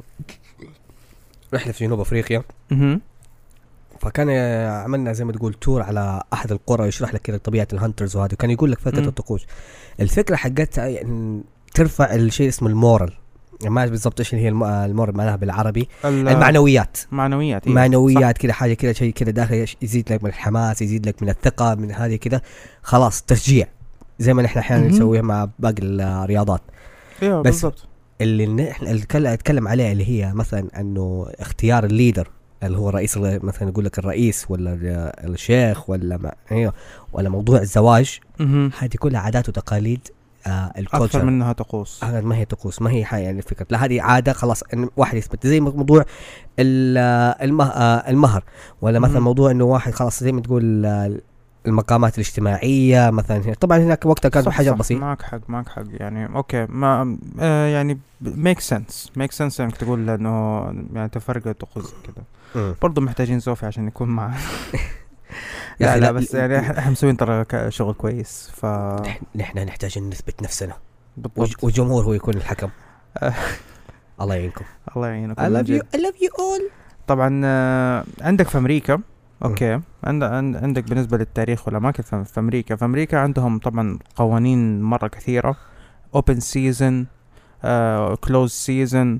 رحله في جنوب افريقيا، اها فكان آه، عملنا زي ما تقول تور على احد القرى يشرح لك كده طبيعه الهانترز، وهذا كان يقول لك فكره مم. الطقوس. الفكره حقتها يعني ترفع الشيء اسمه المورال، يعني ما أعرف بالضبط ايش هي الم- آه، المورال معناها بالعربي، المعنويات، معنويات إيه. معنويات كده حاجه كده شيء كده داخل يزيد لك من الحماس، يزيد لك من الثقه، من هذه كده خلاص تشجيع، زي ما نحن احيانا مهم. نسويها مع باقي الرياضات. ايوه بس بالضبط. اللي نحن الكل- اتكلم عليه اللي هي مثلا انه اختيار الليدر اللي هو رئيس، مثلا يقول لك الرئيس ولا ال- الشيخ ولا ما هي، ولا موضوع الزواج، اها هذه كلها عادات وتقاليد آه اكثر الكولتشر، منها طقوس. هذا ما هي طقوس، ما هي حاجه يعني فكره، لا هذه عاده خلاص ان واحد يثبت، زي موضوع ال- المه آه المهر، ولا مثلا مم. موضوع انه واحد خلاص زي ما تقول آه المقامات الاجتماعيه مثلا. طبعا هناك وقتها كانت حاجه بسيطه. معك حق معك حق يعني اوكي ما آه يعني ميك سنس ميك سنس انك تقول انه يعني تفرق تقص كذا. برضو محتاجين زوفي عشان يكون معنا. لا لا بس يعني احنا مسوين ترى شغل كويس. ف نحن نحتاج نثبت نفسنا بالضبط. والجمهور هو يكون الحكم. الله يعينكم. الله يعينكم. I love you I love you all. طبعا عندك في امريكا اوكي عندك عندك بالنسبه للتاريخ والاماكن في امريكا في امريكا عندهم طبعا قوانين مره كثيره. اوبن سيزون كلوز سيزون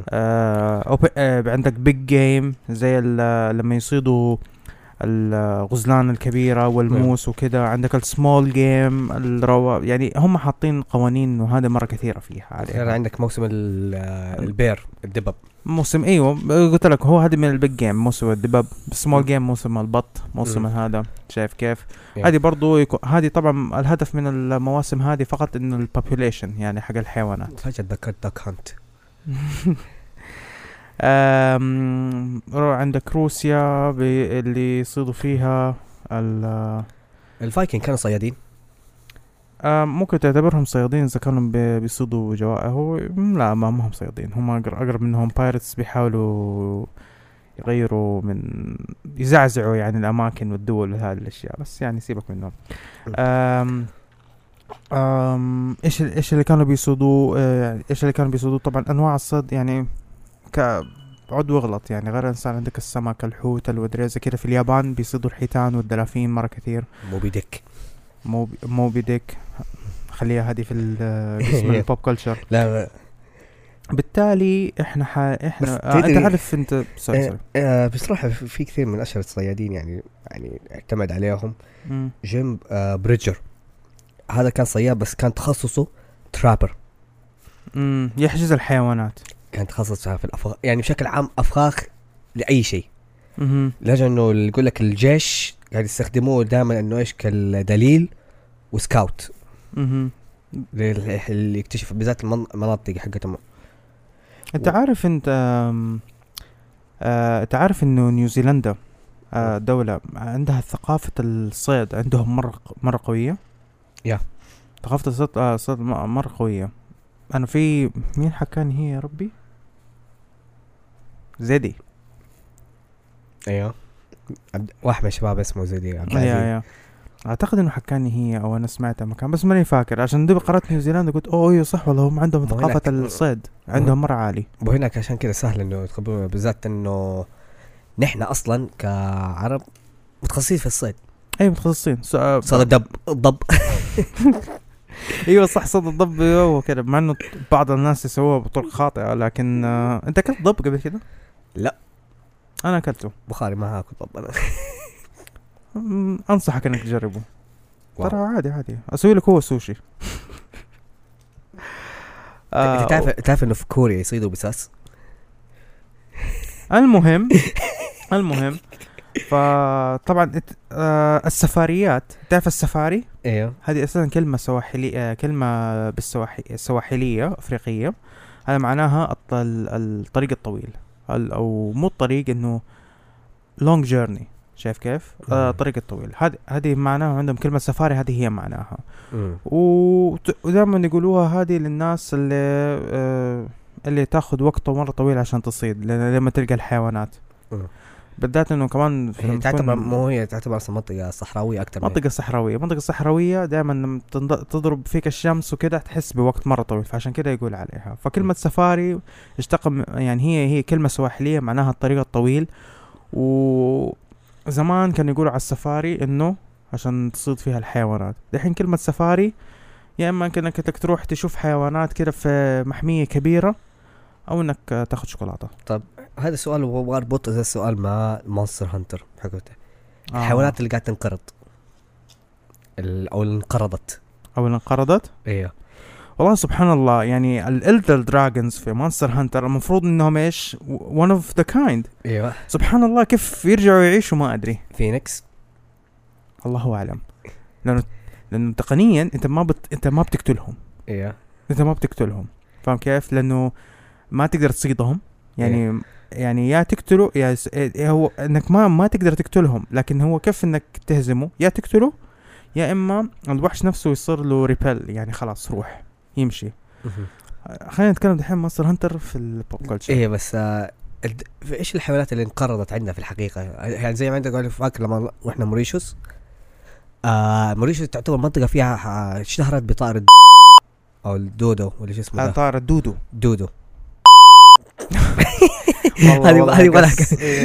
عندك بيج جيم زي لما يصيدوا الغزلان الكبيرة والموس وكذا. عندك السمول جيم الروا يعني هم حاطين قوانين وهذا مرة كثيرة فيها عليها. عندك موسم البير الدبب موسم ايوه قلت لك هو هذا من البيج جيم موسم الدبب. السمول جيم موسم البط موسم هذا شايف كيف يعني. هذه برضو يكو... هذه طبعا الهدف من المواسم هذه فقط انه البوبوليشن يعني حق الحيوانات. فجأة ذكرت داك هانت. أم... عندك روسيا اللي يصيدوا فيها ال الفايكنج كانوا صيادين. ممكن تعتبرهم صيادين إذا كانوا بيصيدوا جوائع. هو لا ما هم صيادين هم أقرب منهم بايرتس بيحاولوا يغيروا من يزعزعوا يعني الأماكن والدول وهذه الأشياء بس يعني سيبك منهم. أم... أم... إيش إيش اللي كانوا بيصيدوا إيش اللي كانوا بيصيدوا طبعا أنواع الصيد يعني كعد وغلط يعني غير إنسان. عندك السمك الحوت الودريزة كده. في اليابان بيصيدوا الحيتان والدلافين مرة كثير. موبي ديك موبي, موبي ديك خليها هذه في القسم البوب كلتشر. لا بالتالي احنا ح... احنا آه انت عارف انت سوري سوري آه بصراحة في كثير من أشهر الصيادين يعني يعني اعتمد عليهم. م. جيم آه بريدجر هذا كان صياد بس كان تخصصه ترابر. امم يحجز الحيوانات. كان تخصصه في الأفراخ يعني بشكل عام أفراخ لأي شيء. لأنه يقول لك الجيش يعني يستخدموه دائما إنه إيش كالدليل وسكاوت. اها اللي يكتشف بالذات المناطق حقتهم. أنت و... عارف أنت آه... تعرف إنه نيوزيلندا آه دولة عندها ثقافة الصيد عندهم مرة مرة قوية. يا ثقافة الصيد آه صيد مرة قوية. أنا في مين حكاني هي يا ربي زيدي. ايوه واحد من الشباب اسمه زيدي عبد العزيز. يا يا اعتقد انه حكاني هي او انا سمعتها مكان بس ماني فاكر عشان دي قرأت نيوزيلندا قلت اوه ايوه صح والله هم عندهم ثقافة الصيد عندهم مرة عالي. وهناك عشان كده سهل انه تخبرون بالذات انه نحن اصلا كعرب متخصصين في الصيد. ايوه متخصصين صيد الدب الضب. ايوه صح صيد الضب وكذا مع انه بعض الناس يسووها بطرق خاطئة لكن آه انت اكلت ضب قبل كده؟ لا انا اكلته بخاري ما هاكل ضب انا. انصحك انك تجربه ترى عادي عادي اسوي لك هو سوشي. انت تعرف تعرف انه في كوريا يصيدوا بساس. المهم المهم فطبعا آه السفاريات تعرف السفاري. ايوه هذه اساسا كلمه سواحلي آه كلمه بالسواحليه افريقيه. هذا معناها الطريق الطويل او مو الطريق انه long journey شايف كيف آه طريق الطويل. هذه هذه معناها عندهم كلمة سفاري هذه هي معناها. ودائما يقولوها هذه للناس اللي آه اللي تاخذ وقت مرة طويل عشان تصيد لما تلقى الحيوانات. بالذات انه كمان هي تعتبر مو هي تعتبر منطقة صحراوية اكثر. منطقة صحراوية منطقة صحراوية دائما لما تضرب فيك الشمس وكده تحس بوقت مرة طويل فعشان كده يقول عليها. فكلمة سفاري اشتق يعني هي هي كلمة سواحلية معناها الطريق الطويل. وزمان كانوا يقولوا على السفاري انه عشان تصيد فيها الحيوانات. دحين كلمة سفاري يا اما انك تروح تشوف حيوانات كده في محمية كبيرة او انك تاخد شوكولاتة. طب هذا السؤال هو مربوط هذا السؤال مع مونستر هانتر حقته. آه. الحيوانات اللي قاعدة تنقرض او انقرضت او انقرضت ايوه والله سبحان الله يعني الالدر دراجونز في مونستر هانتر المفروض انهم ايش one of the kind. ايوه سبحان الله كيف يرجعوا يعيشوا ما ادري. فينيكس الله اعلم لانه لانه تقنيا انت ما بت... انت ما بتقتلهم. ايوه انت ما بتقتلهم فاهم كيف لانه ما تقدر تصيدهم يعني. إيه؟ يعني يا تقتله يا س... هو انك ما ما تقدر تقتلهم، لكن هو كيف انك تهزمه؟ يا تقتله يا اما الوحش نفسه يصير له ريبل، يعني خلاص روح يمشي. خلينا نتكلم دحين مونستر هانتر في البوب كلتشر. ايه بس آه في ايش الحيوانات اللي انقرضت عندنا في الحقيقه؟ يعني زي ما عندك قال فاكر لما رحنا موريشيوس، آه موريشيوس تعتبر منطقه فيها اشتهرت بطائر الد... او الدودو ولا شو اسمه ده؟ طائر الدودو دودو. هذه هذه ولا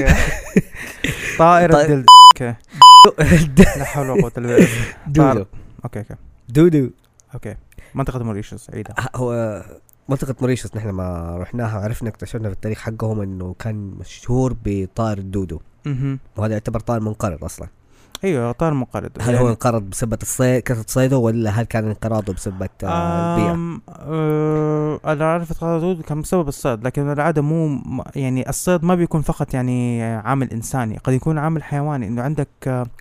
طائر الدل. لا حول ولا قوه الا بالله. دودو. اوكي اوكي دودو. اوكي منطقه موريشيوس عيدها. هو منطقة موريشيوس نحن ما رحناها عرفنا اكتشفنا في التاريخ حقهم انه كان مشهور بطائر الدودو. اها وهذا يعتبر طائر منقرض اصلا. ايوه طائر منقرض. هل يعني هو انقرض بسبب الصيد كثرة صيده ولا هل كان انقراضه بسبب البيئة؟ أه انا عارف الدودو كان بسبب الصيد، لكن العادة مو يعني الصيد ما بيكون فقط يعني عامل انساني، قد يكون عامل حيواني. انه عندك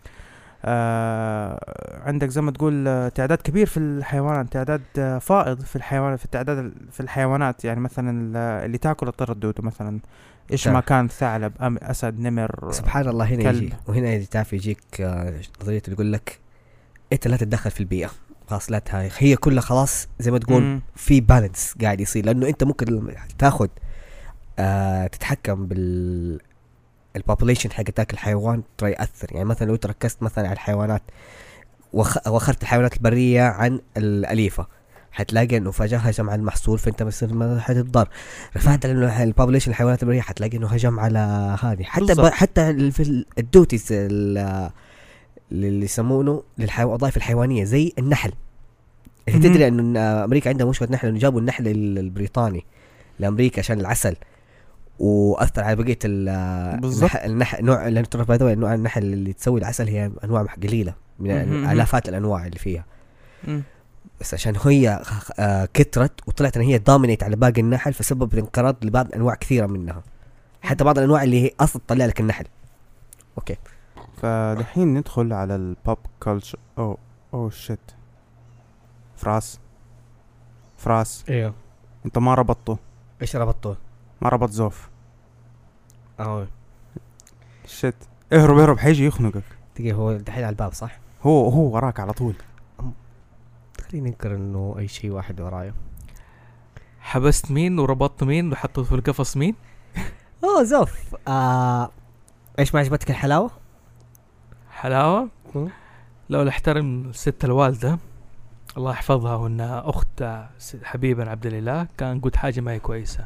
آه عندك زي ما تقول تعداد كبير في الحيوانات، تعداد آه فائض في الحيوانات، في التعداد في الحيوانات. يعني مثلا اللي تاكل الطير الدودو مثلا ايش ما كان، ثعلب أم اسد نمر. سبحان الله. هنا كلب. يجي وهنا يجي تعرف يجيك آه نظريه اللي يقول لك انت لا تتدخل في البيئه، خلاص لا هاي هي كلها خلاص زي ما تقول مم. في بالانس قاعد يصير، لانه انت ممكن تاخذ آه تتحكم بال البوبوليشن حق تاكل الحيوان ترى يأثر. يعني مثلا لو تركزت مثلا على الحيوانات وخ... واخرت الحيوانات البرية عن الأليفة حتلاقي انه فجأة هجم على المحصول، فانت مثلا حتضر. رفعت البوبوليشن الحيوانات البرية حتلاقي انه هجم على هذه. حتى ب... حتى في الدوتيز اللي يسمونه للوظائف الحيوانية زي النحل. انت تدري انه امريكا عندها مشكلة نحل، انه جابوا النحل البريطاني لامريكا عشان العسل واثر على بقيه النحل. نوع اللي تعرف هذا نوع النحل اللي تسوي العسل هي انواع قليله من الافات الانواع اللي فيها. مم. بس عشان هي كترت وطلعت ان هي دومينيت على باقي النحل فسبب انقراض لبعض انواع كثيره منها، حتى بعض الانواع اللي هي اصلا تطلع لك النحل. اوكي فدحين ندخل على البوب كلتشر. او او شيت فراس فراس ايوه انت ما ربطته. ايش ربطته؟ ما ربط زوف. اه شت اهرب اهرب حيجي يخنقك. دقيقة هو دحين على الباب صح؟ هو هو وراك على طول. خليني ننكر انه اي شيء واحد ورايا. حبست مين وربطت مين وحطوا في القفص مين؟ اوه زوف. آه. ايش ما عجبتك الحلاوة؟ حلاوة؟ لو نحترم الست الوالدة الله يحفظها وانها اخت حبيبنا عبد الاله كان قلت حاجه ما هي كويسه.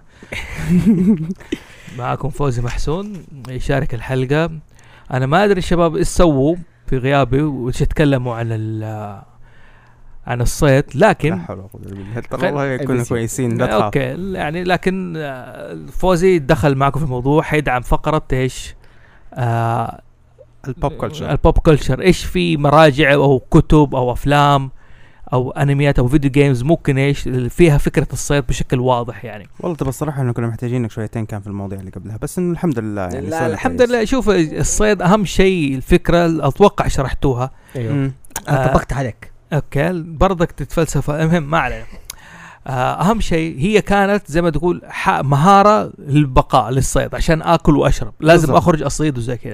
معاكم فوزي محسون يشارك الحلقه. انا ما ادري الشباب ايش سووا في غيابي وش يتكلموا عن عن الصيد، لكن والله يكونوا كويسين. لا اوكي يعني لكن فوزي دخل معكم في الموضوع حيدعم فقره ايش آه البوب كلتشر. البوب كلتشر ايش في مراجع او كتب او افلام او انميات او فيديو جيمز ممكن ايش فيها فكره الصيد بشكل واضح. يعني والله ترى الصراحه انه كنا محتاجينك شويتين كان في المواضيع اللي قبلها، بس انه الحمد لله يعني لا الحمد لله. شوف الصيد اهم شيء الفكره اتوقع شرحتوها. ايوه آه طبقت عليك. اوكي برضك تتفلسف. المهم ما علينا. آه اهم شيء هي كانت زي ما تقول مهاره للبقاء للصيد عشان اكل واشرب لازم بالضبط. اخرج اصيد وزي كذا.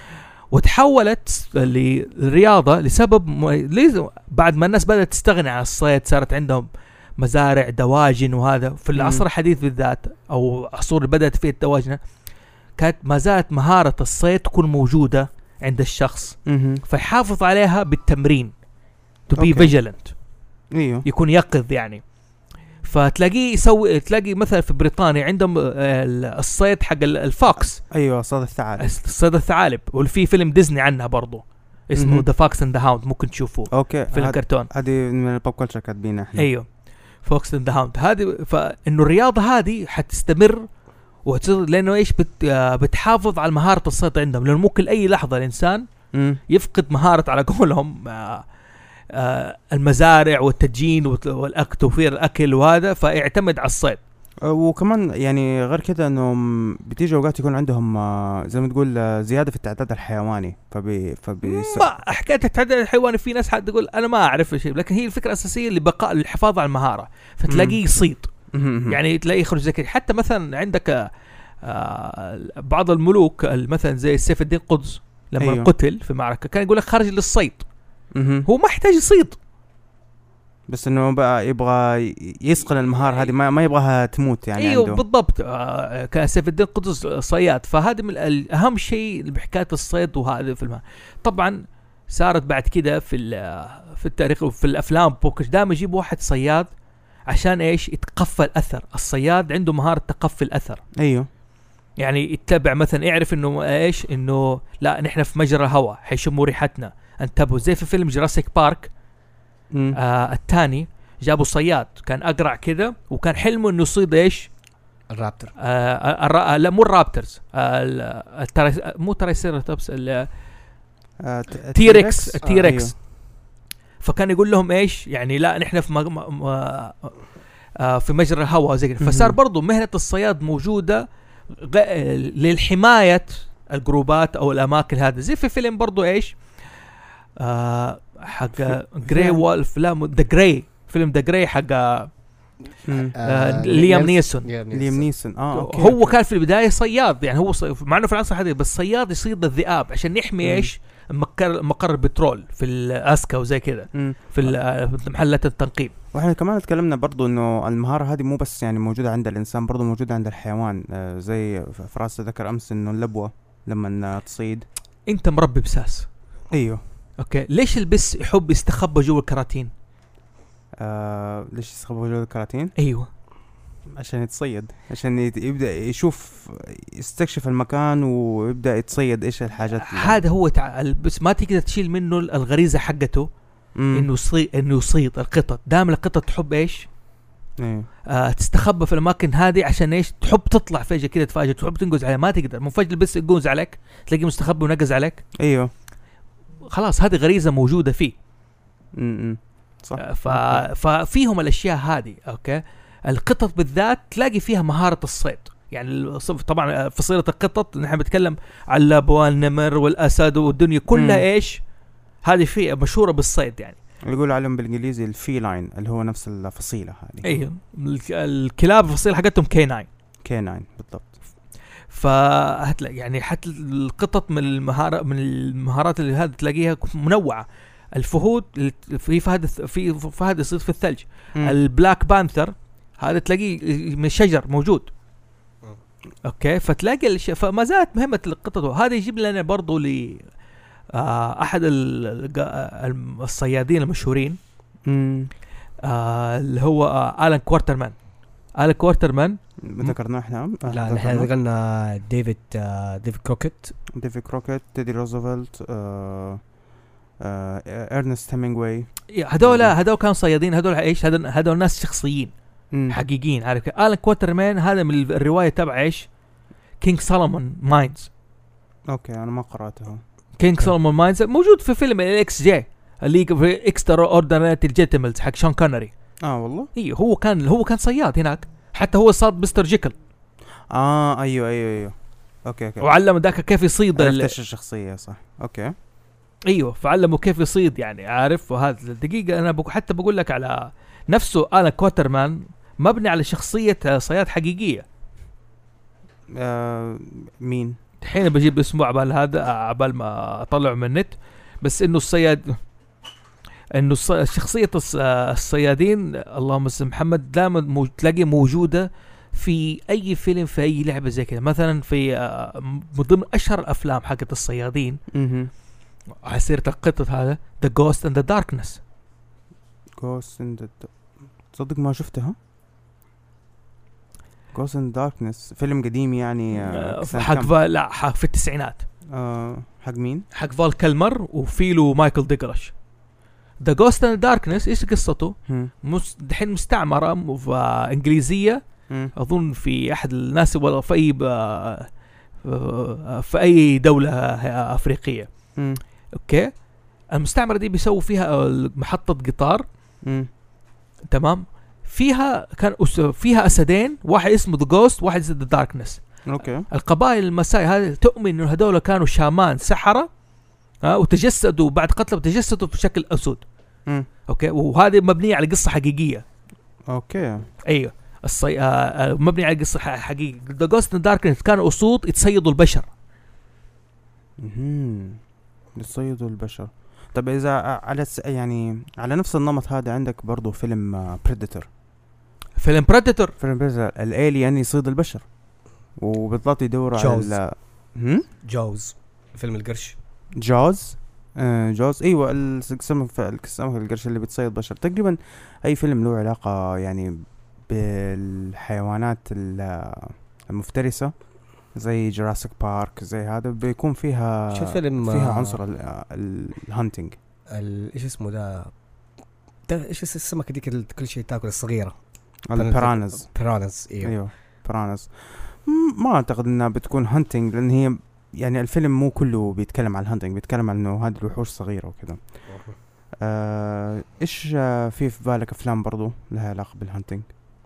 وتحولت للرياضة لسبب م... بعد ما الناس بدأت تستغني عن الصيد صارت عندهم مزارع دواجن، وهذا في العصر الحديث بالذات أو عصور اللي بدأت فيه الدواجن كانت ما زالت مهارة الصيد تكون موجودة عند الشخص مم. فيحافظ عليها بالتمرين to be vigilant. ايوه يكون يقظ يعني. فتلاقيه يسوي تلاقي مثلا في بريطانيا عندهم الصيد حق الفوكس. ايوه صيد الثعالب. صيد الثعالب وفي فيلم ديزني عنها برضو اسمه ذا فوكس اند ذا هاوند ممكن تشوفوه. اوكي فيلم كرتون. هذه من البوب كلتشر كاتبينها احنا. ايوه فوكس اند ذا هاوند هذه. فانه الرياضه هذه حتستمر وتصير لانه ايش بت بتحافظ على مهاره الصيد عندهم، لانه ممكن اي لحظه الانسان م. يفقد مهاره على قولهم آه آه المزارع والتدجين والاكل توفير الاكل وهذا فيعتمد على الصيد. وكمان يعني غير كده انه بتيجي اوقات يكون عندهم زي ما تقول زياده في التعداد الحيواني فبي فبي ما حكايه التعداد الحيواني في ناس حد تقول انا ما اعرف شيء، لكن هي الفكره الاساسيه لبقاء الحفاظ على المهاره. فتلاقيه يصيد يعني تلاقيه يخرج زي كده. حتى مثلا عندك آه بعض الملوك مثلا زي سيف الدين قطز لما أيوه. قتل في معركة كان يقول لك خارج للصيد. مهم. هو ما يحتاج يصيد، بس انه بقى يبغى ي- يصقل المهارة هذه، ما ما يبغاها تموت يعني ايوه عنده. بالضبط. آه كان سيف الدين قطز صياد، فهذا من ال- اهم شيء بحكايه الصيد. وهذا في الماء طبعا صارت بعد كده في ال- في التاريخ وفي الافلام بوكش دائما يجيب واحد صياد عشان ايش؟ يتقفل الاثر. الصياد عنده مهاره تقفل الاثر، ايوه. يعني يتبع مثلا يعرف انه ايش، انه لا نحن في مجرى هواء حيشموا ريحتنا، انتبهوا. زي في فيلم جراسيك بارك مم. آه الثاني جابوا صياد كان اقرع كده وكان حلمه انه يصيد ايش؟ الرابتر. آه الر... لا مو الرابترز، آه التري... مو ترايسيراتوبس، ال... آه، ت- تيركس آه، التيركس. أيوه. فكان يقول لهم ايش يعني، لا نحن في مج... م... آه في مجرى الهواء زي كده. فصار مهم. برضو مهنة الصياد موجودة غ... للحماية الجروبات او الاماكن هذا. زي في فيلم برضو ايش آه حق جراي وولف، لا ذا جراي، فيلم ذا جراي حق مم. آه ليام نيسون. ليام نيسون. اه أوكي. هو أوكي. كان في البدايه صياد، يعني هو صي... مع انه في العصر الحديث بس صياد يصيد الذئاب عشان يحمي مم. ايش مقر مقر البترول في الاسكا وزي كذا مم. في ال- في محلات التنقيب. واحنا كمان تكلمنا برضو انه المهارة هذه مو بس يعني موجودة عند الانسان، برضو موجودة عند الحيوان. آه زي فراس ذكر امس انه اللبوة لما تصيد. انت مربي بساس، ايوه. اوكي، ليش البس يحب يستخبى جوا الكراتين؟ آه ليش يسخبوا وجود الكراتين؟ ايوه عشان يتصيد، عشان يت- يبدأ يشوف يستكشف المكان ويبدأ يتصيد ايش الحاجات اللي- هذا هو تع... بس ما تقدر تشيل منه الغريزه حقته مم. انه يصيد، انه يصيد القطط. دائما القطط تحب ايش؟ ايوه. آه تستخبى في الاماكن هذه عشان ايش؟ تحب تطلع فجاه كده تفاجئ، تحب تنقز عليه، ما تقدر. مو فجاه بس ينقز عليك تلاقيه مستخبي ونقز عليك. ايوه. خلاص هذه غريزه موجوده فيه. امم صح. آه، ف... ففيهم الاشياء هذه. اوكي، القطط بالذات تلاقي فيها مهاره الصيد. يعني الصف- طبعا فصيله القطط نحن بنتكلم على اللبوة النمر والاسد والدنيا كلها. مم. ايش هذه فيه مشهوره بالصيد يعني. اللي يقول عليهم بالانجليزي الفيلاين اللي هو نفس الفصيلة هذه. ايوه الك- الكلاب الفصيله حقتهم كيناين. كيناين بالضبط. فهتلاقي يعني حتى القطط من المهارة من المهارات اللي هذا تلاقيها منوعة. الفهود في فهد في فهد يصيد في الثلج. مم. البلاك بانثر هذا تلاقيه من الشجر موجود. اوكي، فتلاقي الش... فما زالت مهمة القطط. وهذا يجيب لنا برضو ل آه احد ال- الج- الصيادين المشهورين مم. آه اللي هو آه آلان كوارترمان. آلان كوارترمان ذكرناه احنا. آه، لا نحن ذكرناه. ذكرنا ديفيد آه ديفيد كروكيت. ديفيد كروكيت، تيدي روزفلت، آه آه ارنست هيمينغواي. هذول هذول كانوا صيادين. هذول ايش؟ هذول هذول ناس شخصيين مم. حقيقيين. عارف كيف؟ آلان كوارترمان هذا من الروايه تبع ايش؟ كينج سولومون ماينز. اوكي انا ما قرأته. كينج سولومون ماينز موجود في فيلم الاكس جي الليج اوف اكسترا اوردينري جنتلمنز حق شون كونري. اه والله. اي هو كان هو كان صياد هناك، حتى هو صاد مستر جيكل اه ايوه ايوه ايوه. اوكي اوكي. وعلم ذاك كيف يصيد عرفت ال... ايش الشخصية صح. اوكي. ايوه فعلمه كيف يصيد يعني. عارف؟ وهذا الدقيقه انا بقول حتى بقول لك على نفسه آلان كوارترمان مبني على شخصيه صياد حقيقيه. آه مين؟ الحين بجيب اسمه عبال هذا عبال ما اطلعه من النت. بس انه الصياد انه الص- شخصيه الص- الصيادين اللهم صل محمد دائما مو... تلاقي موجوده في اي فيلم في اي لعبه زي كذا. مثلا في آه، من ضمن اشهر الافلام حقت الصيادين اها. على سيره القطط هذا The Ghost and the Darkness. Ghost in the تصدق ما شفتها. Ghost in the Darkness فيلم قديم يعني. آه آه، سنة حق كم؟ فا... لا حق في التسعينات. آه حق مين؟ حق فال كلمر وفيلو مايكل ديجلاش. The Ghost and the Darkness ايش قصته؟ هم. مس... دحين مستعمره م- ف- انجليزيه هم. اظن في احد الناس ولا في اي ب... في اي دوله افريقيه. هم. اوكي، المستعمره دي بيسووا فيها محطه قطار. هم. تمام، فيها كان أس... فيها اسدين، واحد اسمه ذا جوست واحد اسمه ذا داركنس. اوكي. القبائل المسائي هذه تؤمن انه هذول كانوا شامان سحرة ها، وتجسدوا بعد قتلهم تجسدوا في شكل اسود. هم. اوكي، وهذه مبنيه على قصه حقيقيه. اوكي. ايوه، الصي... آه مبني على قصة حقيقية. The Ghost in the Darkness كان أسود يتصيدوا البشر. اها يتصيدوا البشر. طب إذا على س... يعني على نفس النمط هذا عندك برضو فيلم بريديتور. فيلم بريديتور فيلم بريديتور الالين يصيد البشر وبالضبط يدوروا على ال... جوز فيلم القرش. جوز آه جوز ايوه السمك السمك القرش اللي بتصيد بشر. تقريبا اي فيلم له علاقه يعني بالحيوانات المفترسه زي جراسيك بارك زي هذا بيكون فيها شو فيلم فيها عنصر الهانتنج. ايش اسمه ده ده ايش السمكه ديك اللي كل شيء تاكل الصغيره؟ البيرانز. بيرانز ايوه ايوه بيرانز. ما اعتقد انها بتكون هانتنج لان هي يعني الفيلم مو كله بيتكلم عن الهانتنج، بيتكلم عن انه هذه الوحوش صغيره وكذا. آه ايش آه في في بالك افلام برضو لها علاقه بالهانتنج؟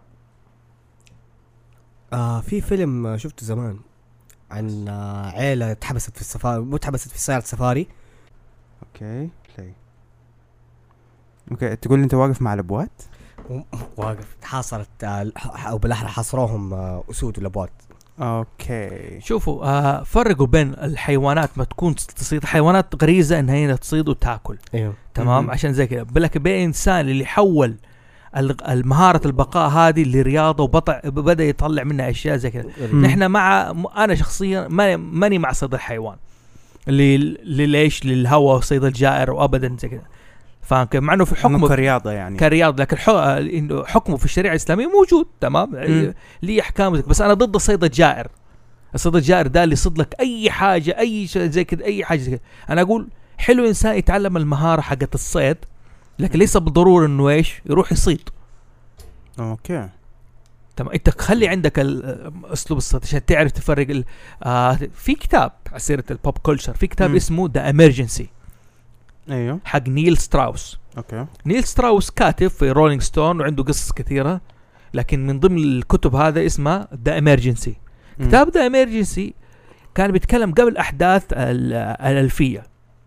آه في فيلم شفته زمان عن آه عيله تحبست في السفاري، مو تحبست في سياره سفاري. اوكي بلاي. اوكي تقول لي انت واقف مع الابوات؟ واقف حاصرت آه او بالاحرى حاصروهم آه اسود والابوات. اوكي شوفوا آه فرقوا بين الحيوانات ما تكون تصيد حيوانات غريزه انها هي تصيد وتاكل. ايوه تمام م-م. عشان زي كذا بالك بين انسان اللي حول المهاره البقاء هذه لرياضه وبطع بدا يطلع منها اشياء زي كذا. نحن مع انا شخصيا ماني مع صيد الحيوان اللي ليش للهواء وصيد الجائر وابدا زي كذا فاهم كيف؟ مع انه في حكمه كرياضه يعني كرياضه لكن حكمه في الشريعه الاسلاميه موجود تمام ليه احكام بس انا ضد صيد الجائر. الصيد الجائر ده اللي يصيد لك اي حاجه اي شيء زي كذا اي حاجه زي كذا. انا اقول حلو انسان يتعلم المهاره حقت الصيد لكن ليس بالضروره انه ايش يروح يصيد. اوكي تمام انت خلي عندك الاسلوب الصيد عشان تعرف تفرق آه في كتاب على سيره البوب كلتشر في كتاب م. اسمه ذا امرجنسي ايوه حق نيل ستراوس. اوكي نيل ستراوس كاتب في رولينج ستون وعنده قصص كثيره لكن من ضمن الكتب هذا اسمه ذا امرجنسي. كتاب ذا امرجنسي كان بيتكلم قبل احداث الالفيه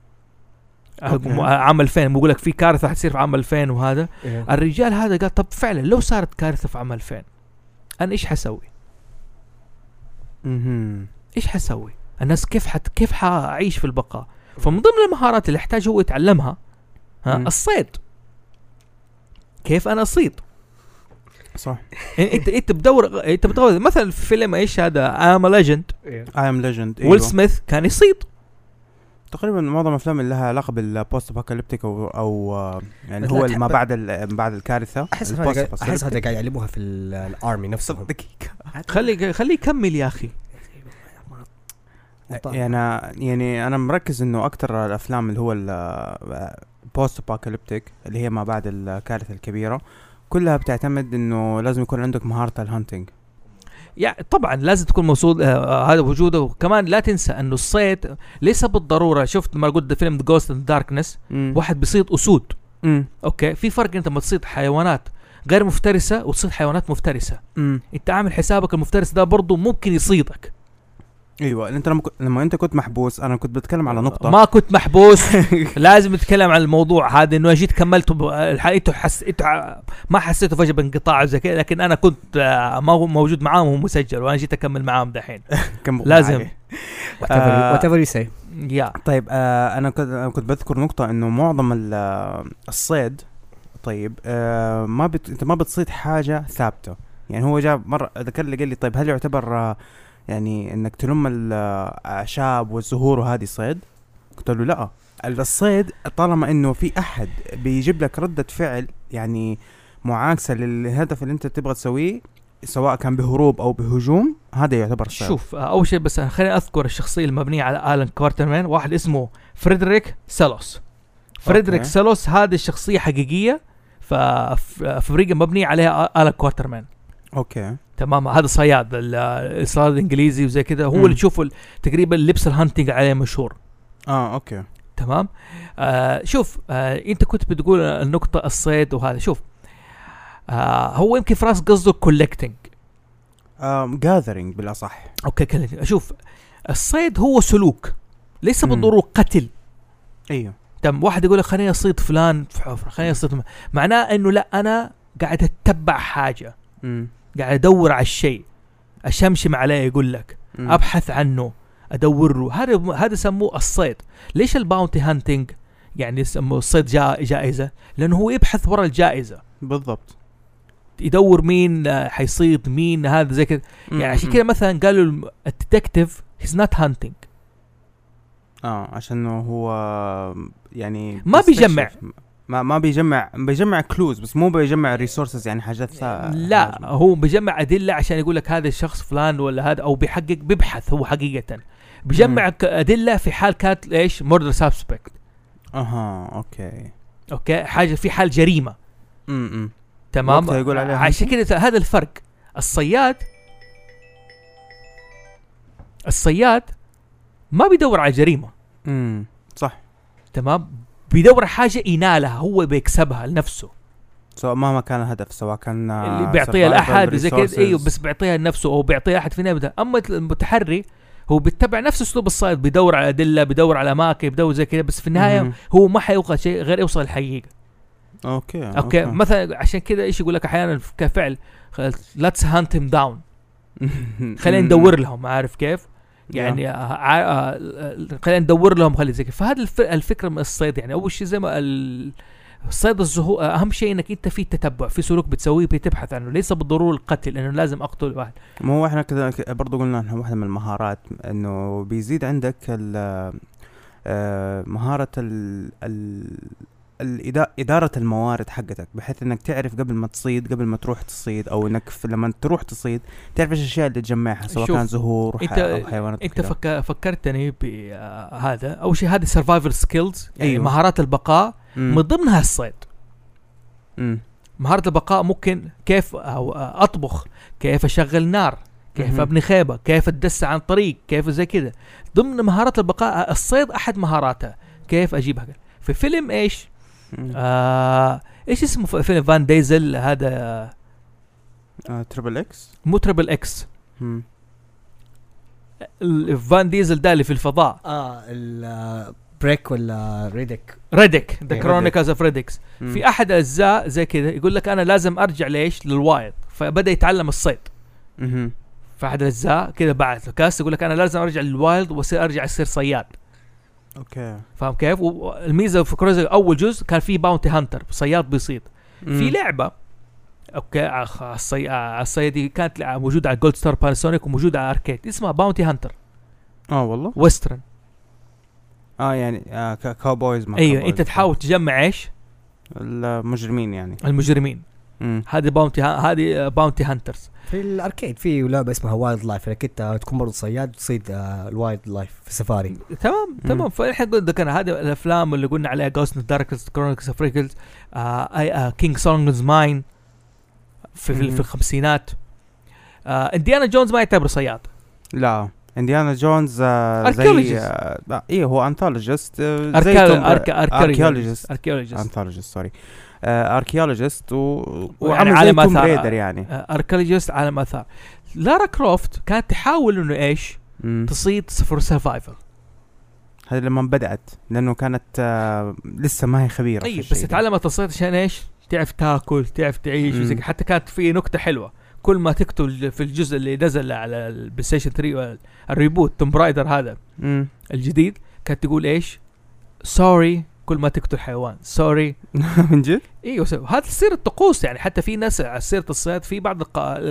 عام ألفين. بقول لك في كارثه حتصير في عام ألفين وهذا إيه. الرجال هذا قال طب فعلا لو صارت كارثه في عام ألفين انا ايش حسوي؟ اها ايش حسوي؟ الناس كيف حت كيف حاعيش في البقاء؟ فمن ضمن المهارات اللي يحتاج هو يتعلمها ها م. الصيد. كيف انا اصيد؟ صح انت انت بدور انت بدور مثلا في فيلم ايش هذا ام ليجند ام ليجند ويل سميث كان يصيد. تقريبا معظم الافلام اللي لها علاقه بالبوست ابوكاليبتيك او, أو يعني هو ما بعد بعد الكارثه. احس احس هذا قاعد يعلموها في الارمي نفسه. دقيقه خلي خلي يكمل يا اخي. يعني يعني انا مركز انه اكتر الافلام اللي هو البوست ابوكاليبتيك اللي هي ما بعد الكارثه الكبيره كلها بتعتمد انه لازم يكون عندك مهاره الهانتنج. يعني طبعا لازم تكون موجود آه هذا وجوده. وكمان لا تنسى انه الصيد ليس بالضروره. شفت ما قلت فيلم The Ghost in the Darkness واحد بيصيد اسود مم. اوكي في فرق انت ما تصيد حيوانات غير مفترسه وتصيد حيوانات مفترسه. مم. انت عامل حسابك المفترس ده برضو ممكن يصيدك. ايوه انت لما, ك... لما انت كنت محبوس انا كنت بتكلم على نقطه. ما كنت محبوس لازم نتكلم عن الموضوع هذا انه جيت كملت الحقيقه حس... ما حسيته فجاه بانقطاع زي كذا لكن انا كنت ما هو موجود معاهم ومسجل وانا جيت اكمل معاهم دحين لازم whatever you say. يا طيب آه انا كنت كنت بذكر نقطه انه معظم الصيد طيب آه ما بت... انت ما بتصيد حاجه ثابته. يعني هو جاب مره ذكر لي قال لي طيب هل يعتبر آه يعني انك تلم الاعشاب والزهور وهذه صيد؟ قلت له لا الصيد طالما انه في احد بيجيب لك ردة فعل يعني معاكسة للهدف اللي انت تبغى تسويه سواء كان بهروب او بهجوم هذا يعتبر صيد. شوف اول شيء بس خليني اذكر الشخصية المبنية على آلان كوارترمان. واحد اسمه فريدريك سيلوس. فريدريك أوكي. سيلوس هذه الشخصية حقيقية ففريقة مبنية عليها آلان كوارترمان. اوكي تمام هذا صياد الصياد الانجليزي وزي كذا هو م. اللي تشوفه تقريبا لبس الهانتنج عليه مشهور. اه اوكي تمام آه شوف آه انت كنت بتقول النقطة الصيد وهذا شوف آه هو يمكن في راس قصده كولكتنج ام جاذرينج بالاصح. اوكي كولكتنج. اشوف الصيد هو سلوك ليس بالضرورة قتل. ايوه تمام واحد يقول لك خليني اصيد فلان في حفرة خليني اصيد معناه انه لا انا قاعد اتبع حاجة. امم قاعد ادور على الشيء اشمشم عليه يقول لك مم. ابحث عنه ادور له. هذا هذا سموه الصيد. ليش الباونتي هانتنج يعني يسموه الصيد جا جائزة؟ لانه هو يبحث وراء الجائزة بالضبط، يدور مين آه، حيصيد مين هذا زي كذا يعني. عشان كذا مثلا قالوا الديتكتيف هيز نوت هانتنج، اه عشان هو يعني ما بيجمع ما ما بيجمع بيجمع كلوز بس مو بيجمع ريسورسز يعني حاجات ثا... لا هو بيجمع أدلة عشان يقول لك هذا الشخص فلان ولا هذا، أو بيحقق بيبحث هو حقيقة بيجمع مم. أدلة في حال كانت إيش murder suspect. اها اوكي أوكي حاجة في حال جريمة. امم تمام. يقول عليها عشان كده هذا الفرق. الصياد الصياد ما بيدور على جريمة. امم صح. تمام. بيدور حاجة ينالها هو بيكسبها لنفسه، سواء مهما كان الهدف، سواء كان اللي بيعطيها لأحد زي كده ايوه بس بيعطيها لنفسه او بيعطيها أحد في نبذة. اما المتحري هو بيتبع نفس اسلوب الصيد، بيدور على أدلة، بيدور على اماكن، بيدور زي كده، بس في النهاية مم. هو ما حيوصل شيء غير يوصل الحقيقة. اوكي اوكي, أوكي. مثلا عشان كده ايش يقول لك احيانا كفعل let's hunt him down، خلينا ندور لهم، عارف كيف يعني آه آه خلينا ندور لهم خلي زي كده. فهذا الفكرة من الصيد يعني. اول شيء زي ما الصيد الزهو اهم شيء انك انت في تتبع، في سلوك بتسويه بتبحث عنه، ليس بالضرورة القتل انه لازم اقتل واحد. ما هو احنا كذا برضو قلنا انه واحدة من المهارات انه بيزيد عندك مهارة ال ال إدارة الموارد حقتك، بحيث انك تعرف قبل ما تصيد، قبل ما تروح تصيد، او انك لما تروح تصيد تعرف ايش الاشياء اللي تجمعها، سواء كان زهور انت او حيوانات. انت فك... فكرتني بهذا. اول شيء هذه سرفايفل سكيلز يعني أيوه. مهارات البقاء مم. من ضمنها الصيد. مم. مهارة البقاء ممكن كيف أو اطبخ، كيف اشغل نار، كيف مم. ابني خيمة، كيف اتدس عن طريق، كيف زي كده. ضمن مهارات البقاء الصيد احد مهاراتها، كيف اجيبها. في فيلم ايش آه ايش اسمه فيلم فان ديزل هذا آه، تريبل اكس مو تريبل اكس مم. فان ديزل ده اللي في الفضاء اه البريك ولا ريديك ريديك ذا إيه، كرونيكلز اوف ريديكس. في احد الاجزاء زي كذا يقول لك انا لازم ارجع ليش للوايلد، فبدا يتعلم الصيد. مم. في احد الاجزاء كذا بعد كاس يقول لك انا لازم ارجع للوايلد واصير ارجع اصير صياد. اوكي فاهم كيف؟ والميزه في كروزر اول جزء كان فيه باونتي هانتر صياد بيصيد. في لعبه اوكي الصي... الصيادي كانت موجوده على جولد ستار باناسونيك وموجوده على اركيد اسمها باونتي هانتر. اه والله ويسترن اه يعني آه كاوبويز. ايوه انت تحاول تجمع ايش المجرمين يعني المجرمين. هذه باونتي ها... هذه باونتي هانترز. في الاركيد في لعبه اسمها وايلد لايف، انك انت تكون برضه صياد تصيد الوايلد لايف في سفاري. تمام تمام. فاحنا قلنا كان هذه الافلام اللي قلنا عليها جوست ان داركست كرونيكلز اوف ريكلز، كينج سونجز ماين في في, في الخمسينات. آه انديانا جونز ما يعتبر صياد. لا انديانا جونز آه زي آه ايه هو انثولوجيست آه زي اركيولوجيست اركيولوجيست انثولوجيست سوري اركيولوجيست وعمل زي توم ريدر يعني اركيولوجيست عالم اثار. لارا كروفت كانت تحاول انه ايش مم. تصيد فور سرفايفل. هذا لما بدأت لانه كانت آه لسه ما هي خبيرة. طيب بس تعلمت تصيد عشان ايش تعرف تاكل تعرف تعيش وزي. حتى كانت في نكتة حلوة كل ما تكتب في الجزء اللي نزل على البلاي ستيشن ثري الريبوت توم برايدر هذا مم. الجديد كانت تقول ايش سوري كل ما تقتل حيوان سوري. من جد؟ ايوه هذا تصير الطقوس يعني. حتى في ناس على سيرة الصيد في بعض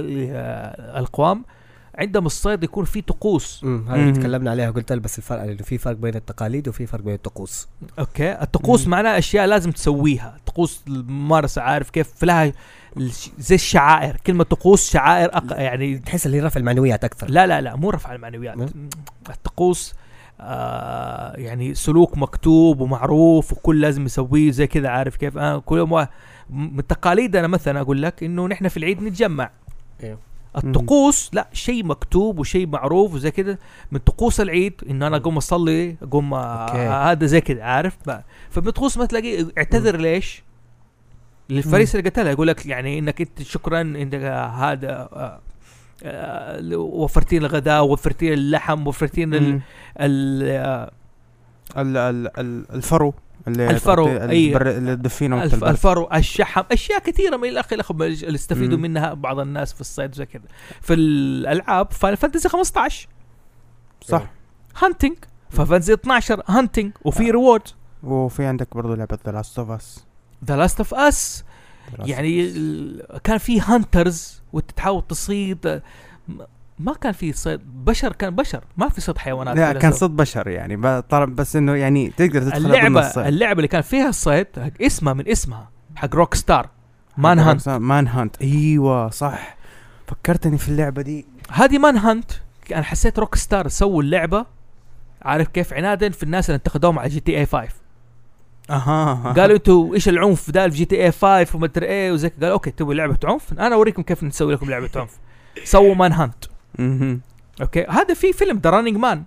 الأقوام عندهم الصيد يكون في طقوس. هذا تكلمنا عليها قلت بس الفرق انه في فرق بين التقاليد وفي فرق بين الطقوس. اوكي الطقوس معناها اشياء لازم تسويها، طقوس الممارسة عارف كيف لها زي الشعائر. كلمة طقوس شعائر أق... يعني تحس اللي رفع المعنويات اكثر. لا لا لا مو رفع المعنويات. الطقوس آه يعني سلوك مكتوب ومعروف وكل لازم يسويه زي كذا عارف كيف. آه كل مو... من التقاليد انا مثلا اقول لك انه نحن في العيد نتجمع. إيه. الطقوس لا شيء مكتوب وشيء معروف وزي كذا. من طقوس العيد انه انا اقوم اصلي اقوم آه هذا زي كذا عارف. فبطقوس ما تلاقي اعتذر مم. ليش للفريسه اللي قتلها يقول لك يعني انك انت شكرا انك هذا آه آه وفرتين الغداء وفرتين اللحم وفرتين ال ال ال ال الفرو الفرو اي الدفينه الف الفرو الشحم اشياء كثيره من الاخ الاخ اللي استفيدوا مم. منها بعض الناس في الصيد زي كذا. في الالعاب فاينل فانتسي خمسة عشر صح هانتنج، ففانتسي اثنا عشر هانتنج وفي آه. ريورد، وفي عندك برضو لعبه ذا لاست اوف اس ذا لاست اوف اس يعني كان في هانترز وتتحاول تصيد، ما كان في صيد بشر، كان بشر ما في صيد حيوانات، لا كان صيد بشر يعني بس انه يعني تقدر تدخل اللعبه اللعبه اللي كان فيها الصيد اسمها من اسمها حق روك ستار مان هانت. مان هانت ايوه صح، فكرتني في اللعبه دي. هذه مان هانت انا حسيت روك ستار سووا اللعبه عارف كيف عنادا في الناس اللي انتقدوهم على جي تي اي خمسة. اها قالوا انتوا ايش العنف ده في جي تي اي خمسة وما ادري ايه وزي قال اوكي تبوا لعبه عنف انا اوريكم كيف نسوي لكم لعبه عنف. سووا مان هانت. اها اوكي هذا في فيلم ذا رانينج مان.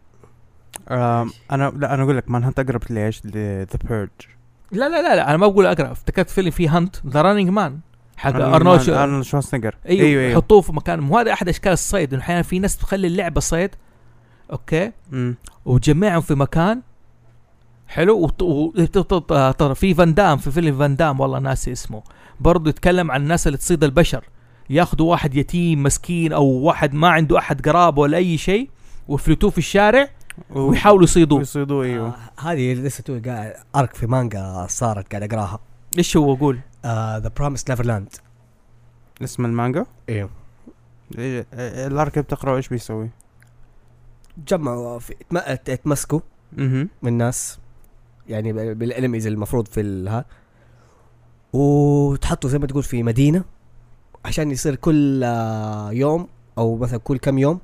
انا لا انا اقول لك مان هانت اقرب ليش ذا بيرج. لا لا لا لا انا ما بقول اقرب، افتكرت فيلم فيه هانت ذا رانينج مان حق ارنولد ارنولد شوارزنيجر. أيوه, أيوه, أيوه حطوه في مكان، مو هذا احد اشكال الصيد انه احيانا في ناس تخلي اللعبه صيد اوكي امم وتجمعهم في مكان حلو. وفي في فان دام في فيلم فان دام والله ناسي اسمه برضو يتكلم عن الناس اللي تصيد البشر، ياخذوا واحد يتيم مسكين او واحد ما عنده احد قرابه ولا اي شيء ويفلتوه في الشارع ويحاولوا يصيدوه يصيدوه ايوه. آه هذه لسه تو قاعد ارك في مانجا صارت قاعد اقراها. ايش هو اقول ذا بروميس نيفرلاند اسم المانجا. ايوه الارك بتقرأ ايش بيسوي؟ جمعوا اتمسكوا اها من الناس يعني بالانميز المفروض في الها، وتحطوا زي ما تقول في مدينه عشان يصير كل يوم او مثلا كل كم يوم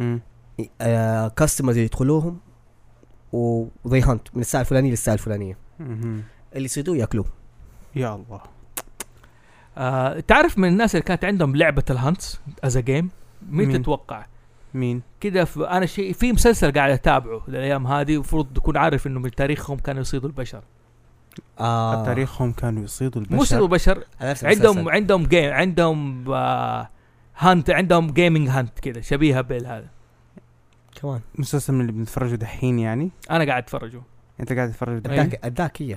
كاستمرز يدخلوهم وذي هانت من الساعه الفلانيه للساعه الفلانيه اللي يصيدوه ياكلوه. يا الله. آه، تعرف من الناس اللي كانت عندهم لعبه الهانت از ا جيم مين تتوقع؟ مين كده انا شيء في مسلسل قاعد اتابعه الايام هذه المفروض تكون عارف انه من تاريخهم كانوا يصيدوا البشر. آه. تاريخهم كانوا يصيدوا البشر، مو يصيدوا البشر عندهم عندهم جيم عندهم آه هانت عندهم جيمينج هانت كده شبيهه بالهذا كمان مسلسل من اللي بنتفرجه دحين يعني. انا قاعد اتفرجه انت قاعد تتفرج دحين الذاكيه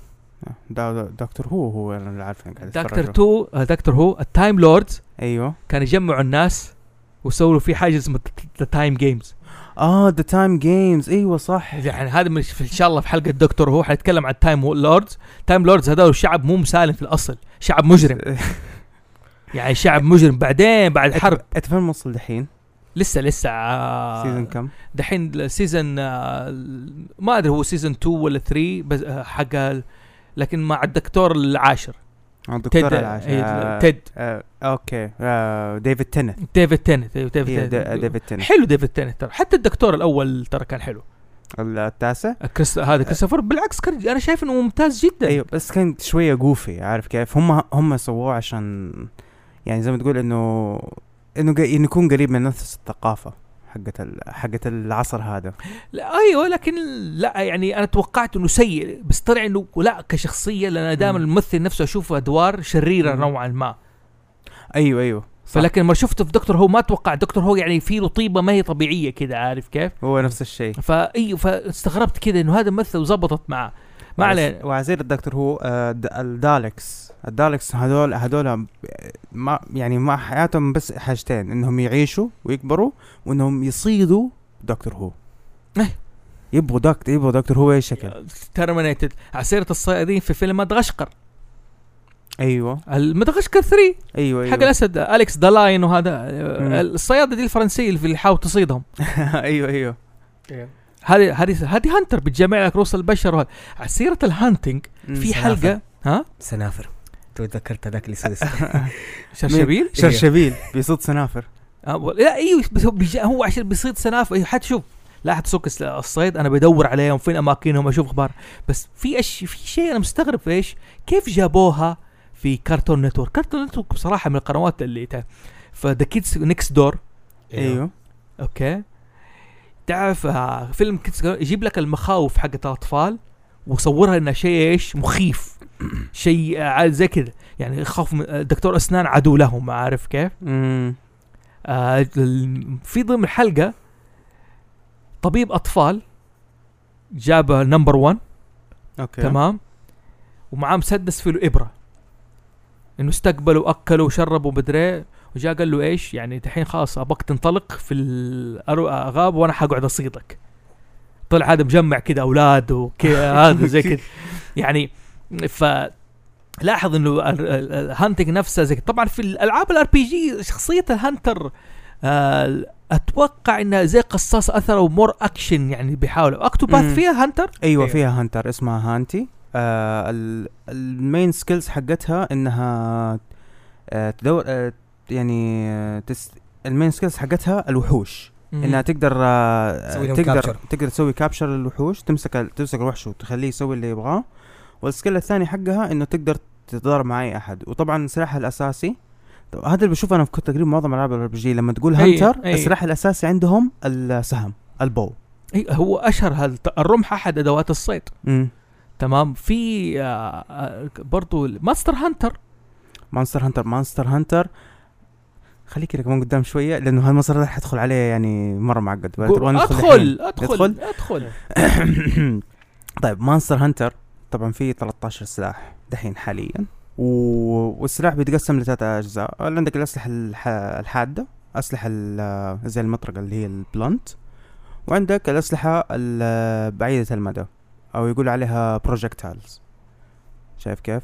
دكتور هو هو انا اللي عارف قاعد اتفرج دكتور تو دكتور هو التايم لوردز. ايوه كان يجمعوا الناس وسووا في حاجه اسمها ذا تايم جيمز. اه ذا تايم جيمز ايوه صح. يعني هذا ان شاء الله في حلقه الدكتور هو حيتكلم عن التايم لوردز. تايم لوردز هذول شعب مو مسالم في الاصل، شعب مجرم يعني شعب مجرم. بعدين بعد حرب انت فين موصل دحين؟ لسه لسه آه سيزن كم دحين؟ سيزن آه ما ادري هو سيزن تو ولا ثري بس آه حق، لكن مع الدكتور العاشر الدكتور تيد العاشر آه تيد آه اوكي آه ديفيد تينث ديفيد تينث ديفيد تينث حلو. ديفيد تينث ترى حتى الدكتور الاول ترى كان حلو. التاسع كريس هذا كريستوفر بالعكس كان انا شايف انه ممتاز جدا. ايوه بس كان شويه جوفي عارف كيف هم هم سووه عشان يعني زي ما تقول انه انه يكون قريب من نفس الثقافه حقت حقت العصر هذا. لا ايوه لكن لا يعني انا توقعت انه سيء بس طلع انه لا كشخصيه لان دائما الممثل نفسه اشوفه ادوار شريره نوعا ما. ايوه ايوه فلكن ما شفته في دكتور هو ما اتوقع دكتور هو يعني فيه طيبه ما هي طبيعيه كده عارف كيف هو نفس الشيء. فايوه فاستغربت كده انه هذا ممثل وزبطت معه ما عليه. وعزير الدكتور هو آه الدالكس الدالكس هذول هذول ما يعني ما حياتهم بس حاجتين انهم يعيشوا ويكبروا وانهم يصيدوا دكتور هو. يبغوا دكتور يبغوا دكتور هو اي شكل. ترمينيتد عسيرة الصيادين في فيلم مدغشقر. ايوه المدغشقر ثري ايوه حق الاسد اليكس دالاين وهذا الصيادة دي الفرنسية اللي اللي حاول تصيدهم. ايوه ايوه هذه هذه هذه هانتر بتجمع لك رؤوس البشر. عسيرة الهانتنج في حلقة ها سنافر تذكرت هذاك اللي صيد شرشبيل شرشبيل بيصيد سنافر. لا ايوه بس هو, هو عشان بيصيد سنافر حتى شوف لا حتسوق الصيد انا بدور عليهم فين اماكنهم اشوف اخبار بس في ايش في شيء انا مستغرب ايش كيف جابوها في كارتون نتورك. كارتون نتورك بصراحه من القنوات اللي تا فذا كيدز نيكست دور. ايوه اوكي تعرف فيلم كيدز يجيب لك المخاوف حقت الاطفال وصورها انها شيء ايش مخيف شيء زي كذا يعني خوف دكتور اسنان عدو لهم عارف كيف. امم آه في ضمن الحلقه طبيب اطفال جاب نمبر وان اوكي تمام، ومعاه مسدس فيه له ابره، انه استقبلوا واكلوا وشربوا بدري، وجاء قال له ايش يعني دحين خلاص ابغاك تنطلق في الغاب وانا حقعد اصيدك. طلع هذا مجمع كده اولاد وكذا هذا زي كده يعني. ف لاحظ انه الهانتنج نفسه زي طبعا في الالعاب الار بي جي شخصيه الهانتر آه اتوقع انها زي قصاص اثر ومور اكشن يعني بيحاولوا. اكتوباث فيها هانتر؟ ايوه فيها هانتر اسمها هانتي. آه المين سكيلز حقتها انها آه تدور آه يعني آه تس المين سكيلز حقتها الوحوش، مم. انها تقدر آه تقدر كابشر. تقدر تسوي كابشر للوحوش، تمسك تمسك الوحش وتخليه يسوي اللي يبغاه. والسكيل الثاني حقها انه تقدر تتضارب مع اي احد. وطبعا سلاحها الاساسي هذا اللي بشوفه انا في تقريبا معظم العاب الار بي جي لما تقول هانتر السلاح الاساسي عندهم السهم البو. اي هو اشهر هذا الرمح احد ادوات الصيد. امم تمام. في آه برضو ماستر هانتر. مانستر هانتر مانستر هانتر خليك كده كمان قدام شويه لانه هالمصدر راح ادخل عليه يعني مره معقد. ادخل ادخل ادخل, أدخل. طيب مانستر هانتر طبعا فيه ثلاثة عشر سلاح دحين حاليا، و... والسلاح بيتقسم لثلاثة أجزاء. عندك الأسلحة الح... الحادة، أسلحة ال... زي المطرقة اللي هي البلانت، وعندك الأسلحة بعيدة المدى أو يقول عليها بروجكتايلز. شايف كيف؟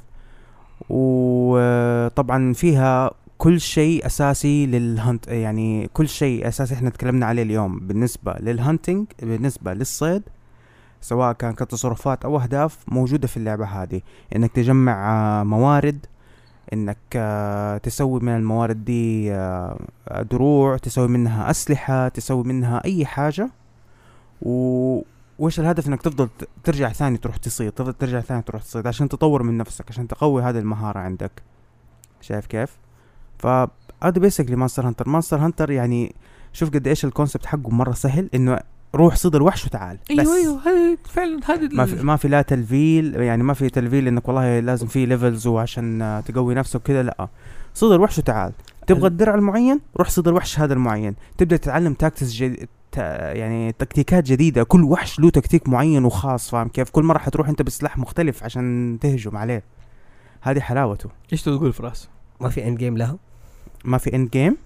وطبعا فيها كل شيء أساسي للهانت، يعني كل شيء أساسي احنا تكلمنا عليه اليوم بالنسبة للهانتينج، بالنسبة للصيد، سواء كان كتصرفات أو أهداف موجودة في اللعبة هذه. إنك تجمع موارد، إنك تسوي من الموارد دي دروع، تسوي منها أسلحة، تسوي منها أي حاجة. و... وإيش الهدف؟ إنك تفضل ترجع ثاني تروح تصيد، تفضل ترجع ثاني تروح تصيد عشان تطور من نفسك، عشان تقوي هذه المهارة عندك. شايف كيف؟ فهذا بيسكلي مانستر هانتر. مانستر هانتر يعني شوف قد إيش الكونسبت حقه مرة سهل، إنه روح صيد الوحش وتعال. ايوه ايوه هذه فعلا هذه ما في ما في لا تلفيل، يعني ما في تلفيل انك والله لازم في ليفلز وعشان تقوي نفسك كذا. لا، صيد الوحش وتعال. تبغى الدرع المعين روح صيد الوحش هذا المعين. تبدا تتعلم تاكتكس جديد، يعني تكتيكات جديده. كل وحش له تكتيك معين وخاص، فاهم كيف؟ كل مره حتروح انت بسلاح مختلف عشان تهجم عليه. هذه حلاوته. ايش تقول فراس؟ ما في اند جيم لها؟ ما في اند جيم.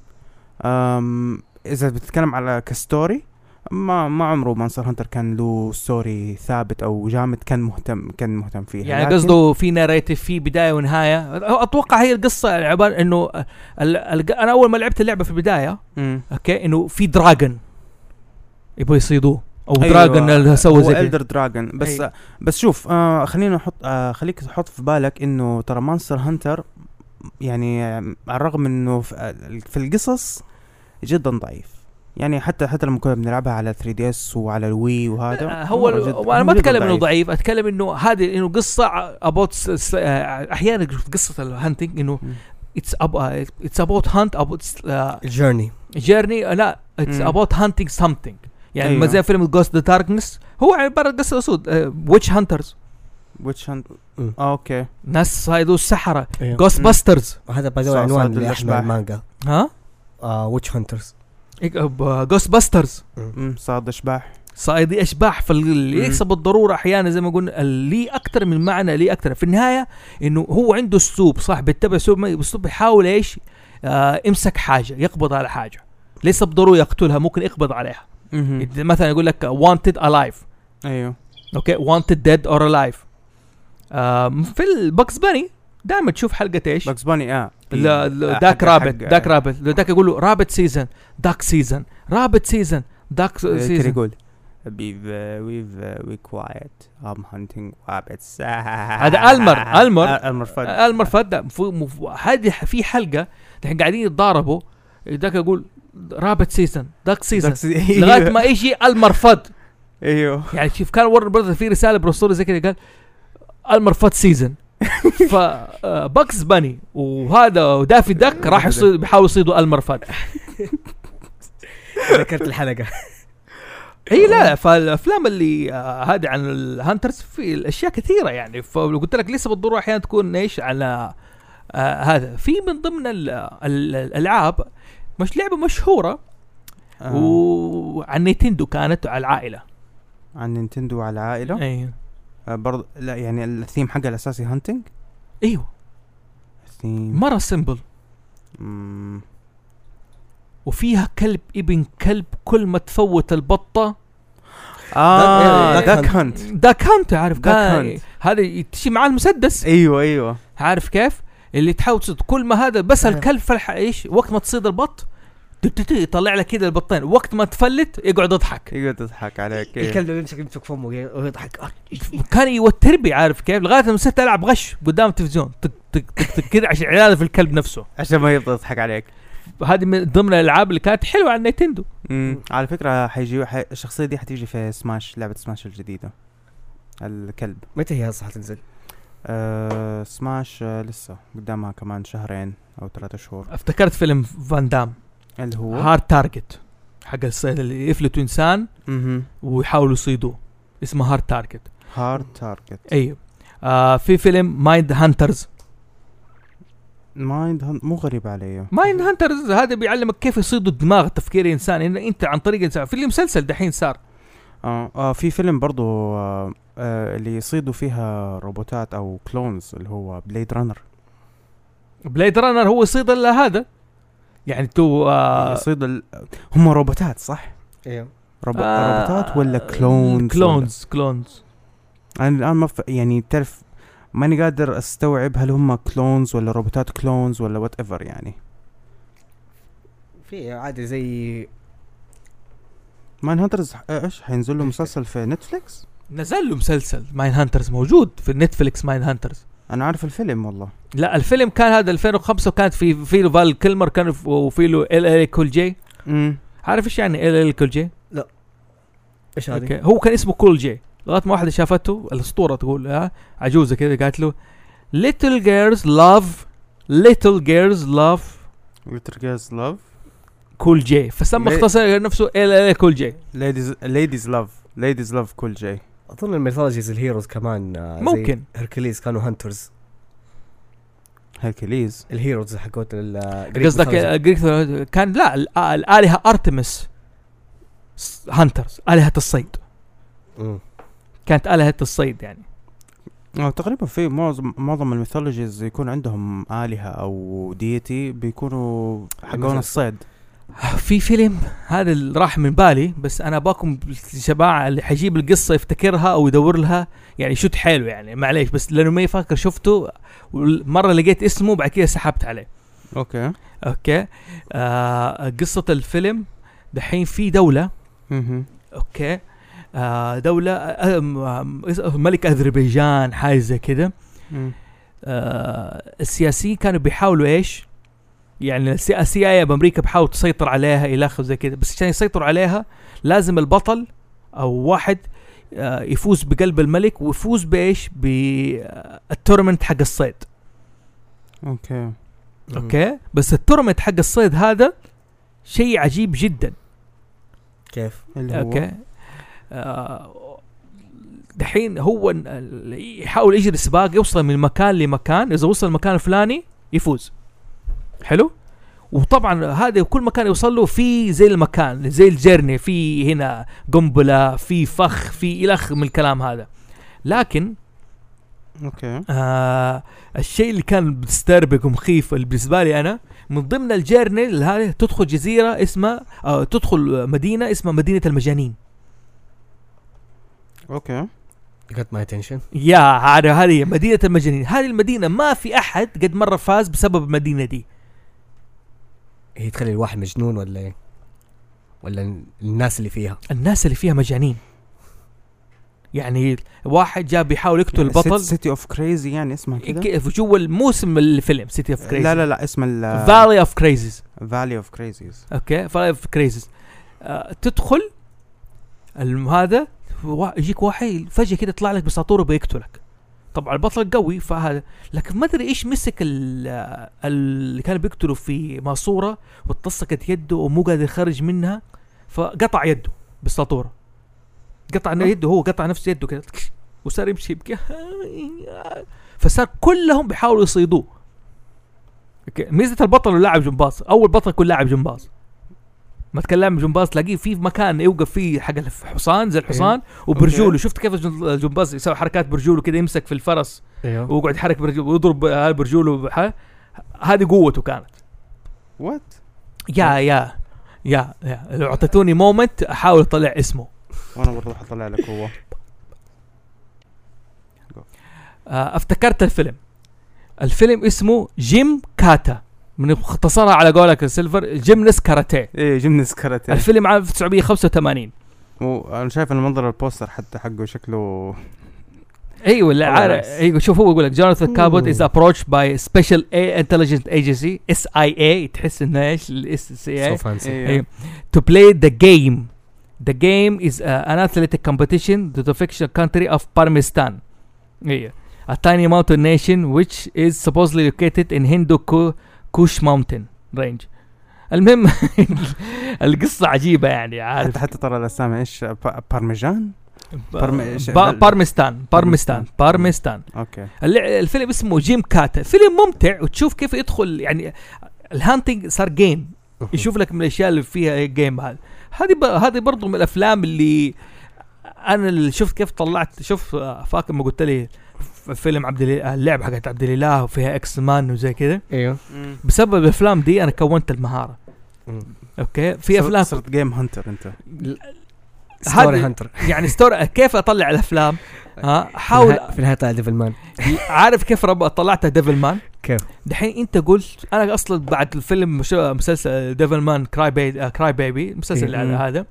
أم اذا بتتكلم على كستوري، ما ما عمره مانستر هانتر كان له ستوري ثابت او جامد كان مهتم كان مهتم فيها. يعني قصده في ناريتيف، في بدايه ونهايه. اتوقع هي القصه عباره انه ال ال انا اول ما لعبت اللعبه في البدايه م. اوكي انه في دراجون يبغوا يصيدوه او أيوة دراجون اللي سوى زي إلدر دراجون. بس أيوة. بس شوف آه خلينا نحط آه خليك تحط في بالك انه ترى مانستر هانتر يعني على الرغم انه في القصص جدا ضعيف. يعني حتى حتى لما كنا بنلعبها على ثري دي اس وعلى الوي وهذا هو انا ما اتكلم انه ضعيف، اتكلم انه هذه انه قصه ابوت احيانا في قصه الهانتنج انه اتس اتس ابوت هانت ابوت جيرني جيرني لا اتس ابوت هانتنج سمثينج. يعني أيوه. زي فيلم جوست ذا داركنس هو عباره قصه اسود ويتش هانترز ويتش هانت اوكي ناس صايدوا السحره جوست باسترز. وهذا بدو عنوان لأحمد المانجا ها ويتش هانترز جوست باسترز صاد اشباح صايدي اشباح. فاللي يكسب بالضروره احيانا زي ما قلنا لي اكثر من معنى، لي اكثر في النهايه انه هو عنده اسلوب صح، بيتبع اسلوب اسلوب يحاول ايش آه امسك حاجه، يقبض على حاجه، ليس بالضروره يقتلها، ممكن يقبض عليها. مثلا يقول لك wanted alive ايوه اوكي wanted dead or alive. آه في الباكس باني دائما تشوف حلقه ايش باكس باني اه لا داك رابت داك رابت داك يقول له رابت سيزن داك سيزن رابت سيزن داك سيزن. يقول be very very quiet I'm hunting rabbits. هذا المر المر المر فد المر فد. هذه في حلقه الحين قاعدين يتضاربوا، داك يقول رابت سيزن داك سيزن لغايه ما يجي المر فد. ايوه يعني شوف كان ورن برضه في رساله بروسوري زي كذا قال المر فد سيزن. فباكس باني وهذا ودافي داك راح بيحاولوا يصيدوا المرفد. ذكرت الحلقه. اي لا فالافلام اللي هذه عن الهانترز في الاشياء كثيره يعني. فلو قلت لك لسه بالضروره احيانا تكون ايش على آه هذا. في من ضمن الالعاب مش لعبه مشهوره آه. وعن نينتندو كانت على العائله. عن نينتندو على العائله اي برضه لا يعني الثيم حقه الاساسي هانتنج. ايوه الثيم مره سيمبل. مم. وفيها كلب ابن كلب كل ما تفوت البطه اه داك داك هانت. هانت. داك هانت عارف داك كان هانت. هذا تمشي معاه المسدس ايوه ايوه عارف كيف اللي تحاول تصيد كل ما هذا بس آه. الكلب فلح ايش وقت ما تصيد البط تت- يطلع لك كده البطين وقت ما تفلت يقعد يضحك. يقعد يضحك عليك. إيه. الكلب اللي يمسك يمسك فمه ويضحك. كان يوتر بي عارف كيف لغايه لما صرت العب غش قدام التلفزيون تك تك تك تك كده عشان عياله في الكلب نفسه. عشان ما يبغى يضحك عليك. هذه من ضمن الالعاب اللي كانت حلوه على النينتندو. امم على فكره حيجي حي... الشخصيه دي حتيجي في سماش، لعبه سماش الجديده الكلب. متى هي صح تنزل؟ آه سماش آه لسه قدامها كمان شهرين او ثلاثة شهور. افتكرت فيلم فان دام اللي هو هارد تارجت حق الصيد اللي يفلتوا انسان اها ويحاولوا يصيدوه اسمه هارد تارجت. هارد تارجت. ايوه آه في فيلم مايند هانترز. مايند هن... مو غريب علي. مايند هانترز هذا بيعلمك كيف يصيدوا الدماغ تفكير الانسان إن انت عن طريق الانسان. في مسلسل دحين صار آه, اه في فيلم برضو آه آه اللي يصيدوا فيها روبوتات او كلونز اللي هو بليد رانر. بليد رانر هو يصيد الا هذا يعني تو آه يصيد ال... هم روبوتات صح؟ ايوه روب... آه روبوتات ولا كلونز؟ كلونز كلونز انا الان ما ف... يعني تعرف ماني قادر استوعب هل هم كلونز ولا روبوتات كلونز ولا وات ايفر يعني. في عادي زي مان هانترز ايش حينزل له مسلسل في نتفليكس؟ نزل له مسلسل ماين هانترز موجود في نتفليكس. ماين هانترز انا عارف الفيلم والله. لا الفيلم كان هذا ألفين وخمسة وكانت في في له فال كيلمر كان في- وفي له ال ال كول جي. امم عارف ايش يعني ال ال كول جي؟ ايش هذه؟ اوكي هو كان اسمه كول جي لغايه ما واحده شافته الاسطوره تقول ها عجوزه كذا قالت له little girls love little girls love ويتر جاز لاف كول جي فسمى ليه؟ اختصر نفسه ال ال كول جي. ليديز ليديز لاف ليديز لاف كول جي. اظن الميثولوجيز الهيروز كمان آه، زي ممكن. هيركليز كانوا هانترز. هيركليز الهيروز حقت ال قصدك الجريك كان لا ال- الالهه ارتمس هانترز الهه الصيد مم. كانت الهه الصيد يعني. اه تقريبا في معظم معظم الميثولوجيز يكون عندهم آلهة او ديتي بيكونوا حقون الصيد. في فيلم هذا اللي راح من بالي بس انا باكم الجماعه اللي حيجيب القصه يفتكرها او يدور لها يعني شوت حلو يعني معليش بس لانه ما يفكر شفته مره لقيت اسمه بعد كده سحبت عليه. اوكي اوكي آه قصه الفيلم دحين في دوله اها اوكي آه دولة آه آه ملك أذربيجان حاجة زي كده. آه السياسيين كانوا بيحاولوا إيش يعني السي آي بأمريكا بحاول تسيطر عليها إلى آخره زي كده بس عشان يسيطروا عليها لازم البطل أو واحد آه يفوز بقلب الملك ويفوز بإيش بالتورمنت حق الصيد. اوكي أوكي بس التورمنت حق الصيد هذا شيء عجيب جدا. كيف؟ اللي هو اوكي آه دحين هو ن- يحاول يجري سباق يوصل من مكان لمكان اذا وصل المكان الفلاني يفوز. حلو وطبعا هذا كل مكان يوصل له في زي المكان زي الجرني في هنا قنبله في فخ في الخ من الكلام هذا. لكن اوكي آه الشيء اللي كان مستربك ومخيف اللي بالنسبه لي انا من ضمن الجيرني هذه تدخل جزيره اسمها آه تدخل مدينه اسمها مدينه المجانين. اوكي got my attention. يا هذا هذه مدينه المجانين. هذه المدينه ما في احد قد مره فاز بسبب المدينه دي. هي تخلي الواحد مجنون ولا ايه؟ ولا الناس اللي فيها؟ الناس اللي فيها مجانين يعني واحد جاب بيحاول يقتل البطل سيتي اوف كريزي يعني اسمها كده كيف جوا الموسم الفيلم سيتي اوف كريزي. لا لا لا اسم ال فالي اوف كريزيز. فالي اوف كريزيز. اوكي فالي اوف كريزيز آه تدخل الم- هذا وا- يجيك واحد فجأة كده يطلع لك بساطوره بيقتلك. طبعا البطل قوي فهذا لكن ما ادري ايش مسك ال- اللي كان بيقتله في ماسوره واتلصقت يده ومو قادر يخرج منها فقطع يده بالساطوره. قطع يده هو قطع نفس يده كده وصار يمشي يبكي فصار كلهم بيحاولوا يصيدوه. اوكي ميزه البطل واللاعب جمباز اول بطل كل لاعب جمباز ما تكلم جمباز تلاقيه في مكان يوقف فيه حق الحصان زي الحصان وبرجوله. شفت كيف الجمباز يسوي حركات برجوله كده، يمسك في الفرس ايوه ويقعد يحرك برجوله ويضرب برجوله. هذه قوته كانت. وات يا يا يا يا لو اعطيتوني مومنت احاول اطلع اسمه وانا برضه حطلع لك هو. آه افتكرت الفيلم. الفيلم اسمه جيم كاتا، من اختصارها على قولك السيلفر جيمنس كاراتيه. ايه جيمنس كاراتيه. الفيلم عام ألف وتسعمية وخمسة وثمانين. وانا شايف المنظر البوستر حتى حقه شكله ايوه لا عارف. ايوه شوف هو يقول لك جوناثان كابوت از ابروتشد باي سبيشال انتليجنت ايجنسي اس اي اي. تحس انه ايش الاس سي اي ايوه to play the game. The game is uh, an athletic competition to the fictional country of Parmistan. ايوه a tiny mountain nation which is supposedly located in Hindu Kush mountain range. المهم القصة عجيبة يعني عارف. حتى حتى ترى الاسامي ايش بارميجان بارمستان بارمستان بارمستان. اوكي الفيلم اسمه جيم كاتا. فيلم ممتع وتشوف كيف يدخل يعني الهانتنج صار جيم. يشوف لك من الاشياء اللي فيها جيم. هذا هذه هذه برضو من الافلام اللي انا اللي شفت كيف طلعت. شوف فاكر ما قلت لي فيلم عبد الله اللعبه حقت عبد الاله وفيها اكس مان وزي كده. ايوه بسبب الافلام دي انا كونت المهاره. اوكي في افلام صرت جيم هانتر انت. ستوري هانتر يعني ستوري. كيف اطلع الافلام؟ ها حاول في النهايه طلع ديفل مان. عارف كيف رب طلعت ديفل مان؟ كيف دحين انت قلت انا اصلا بعد الفيلم مسلسل ديفل مان كراي بي كراي بيبي المسلسل هذا.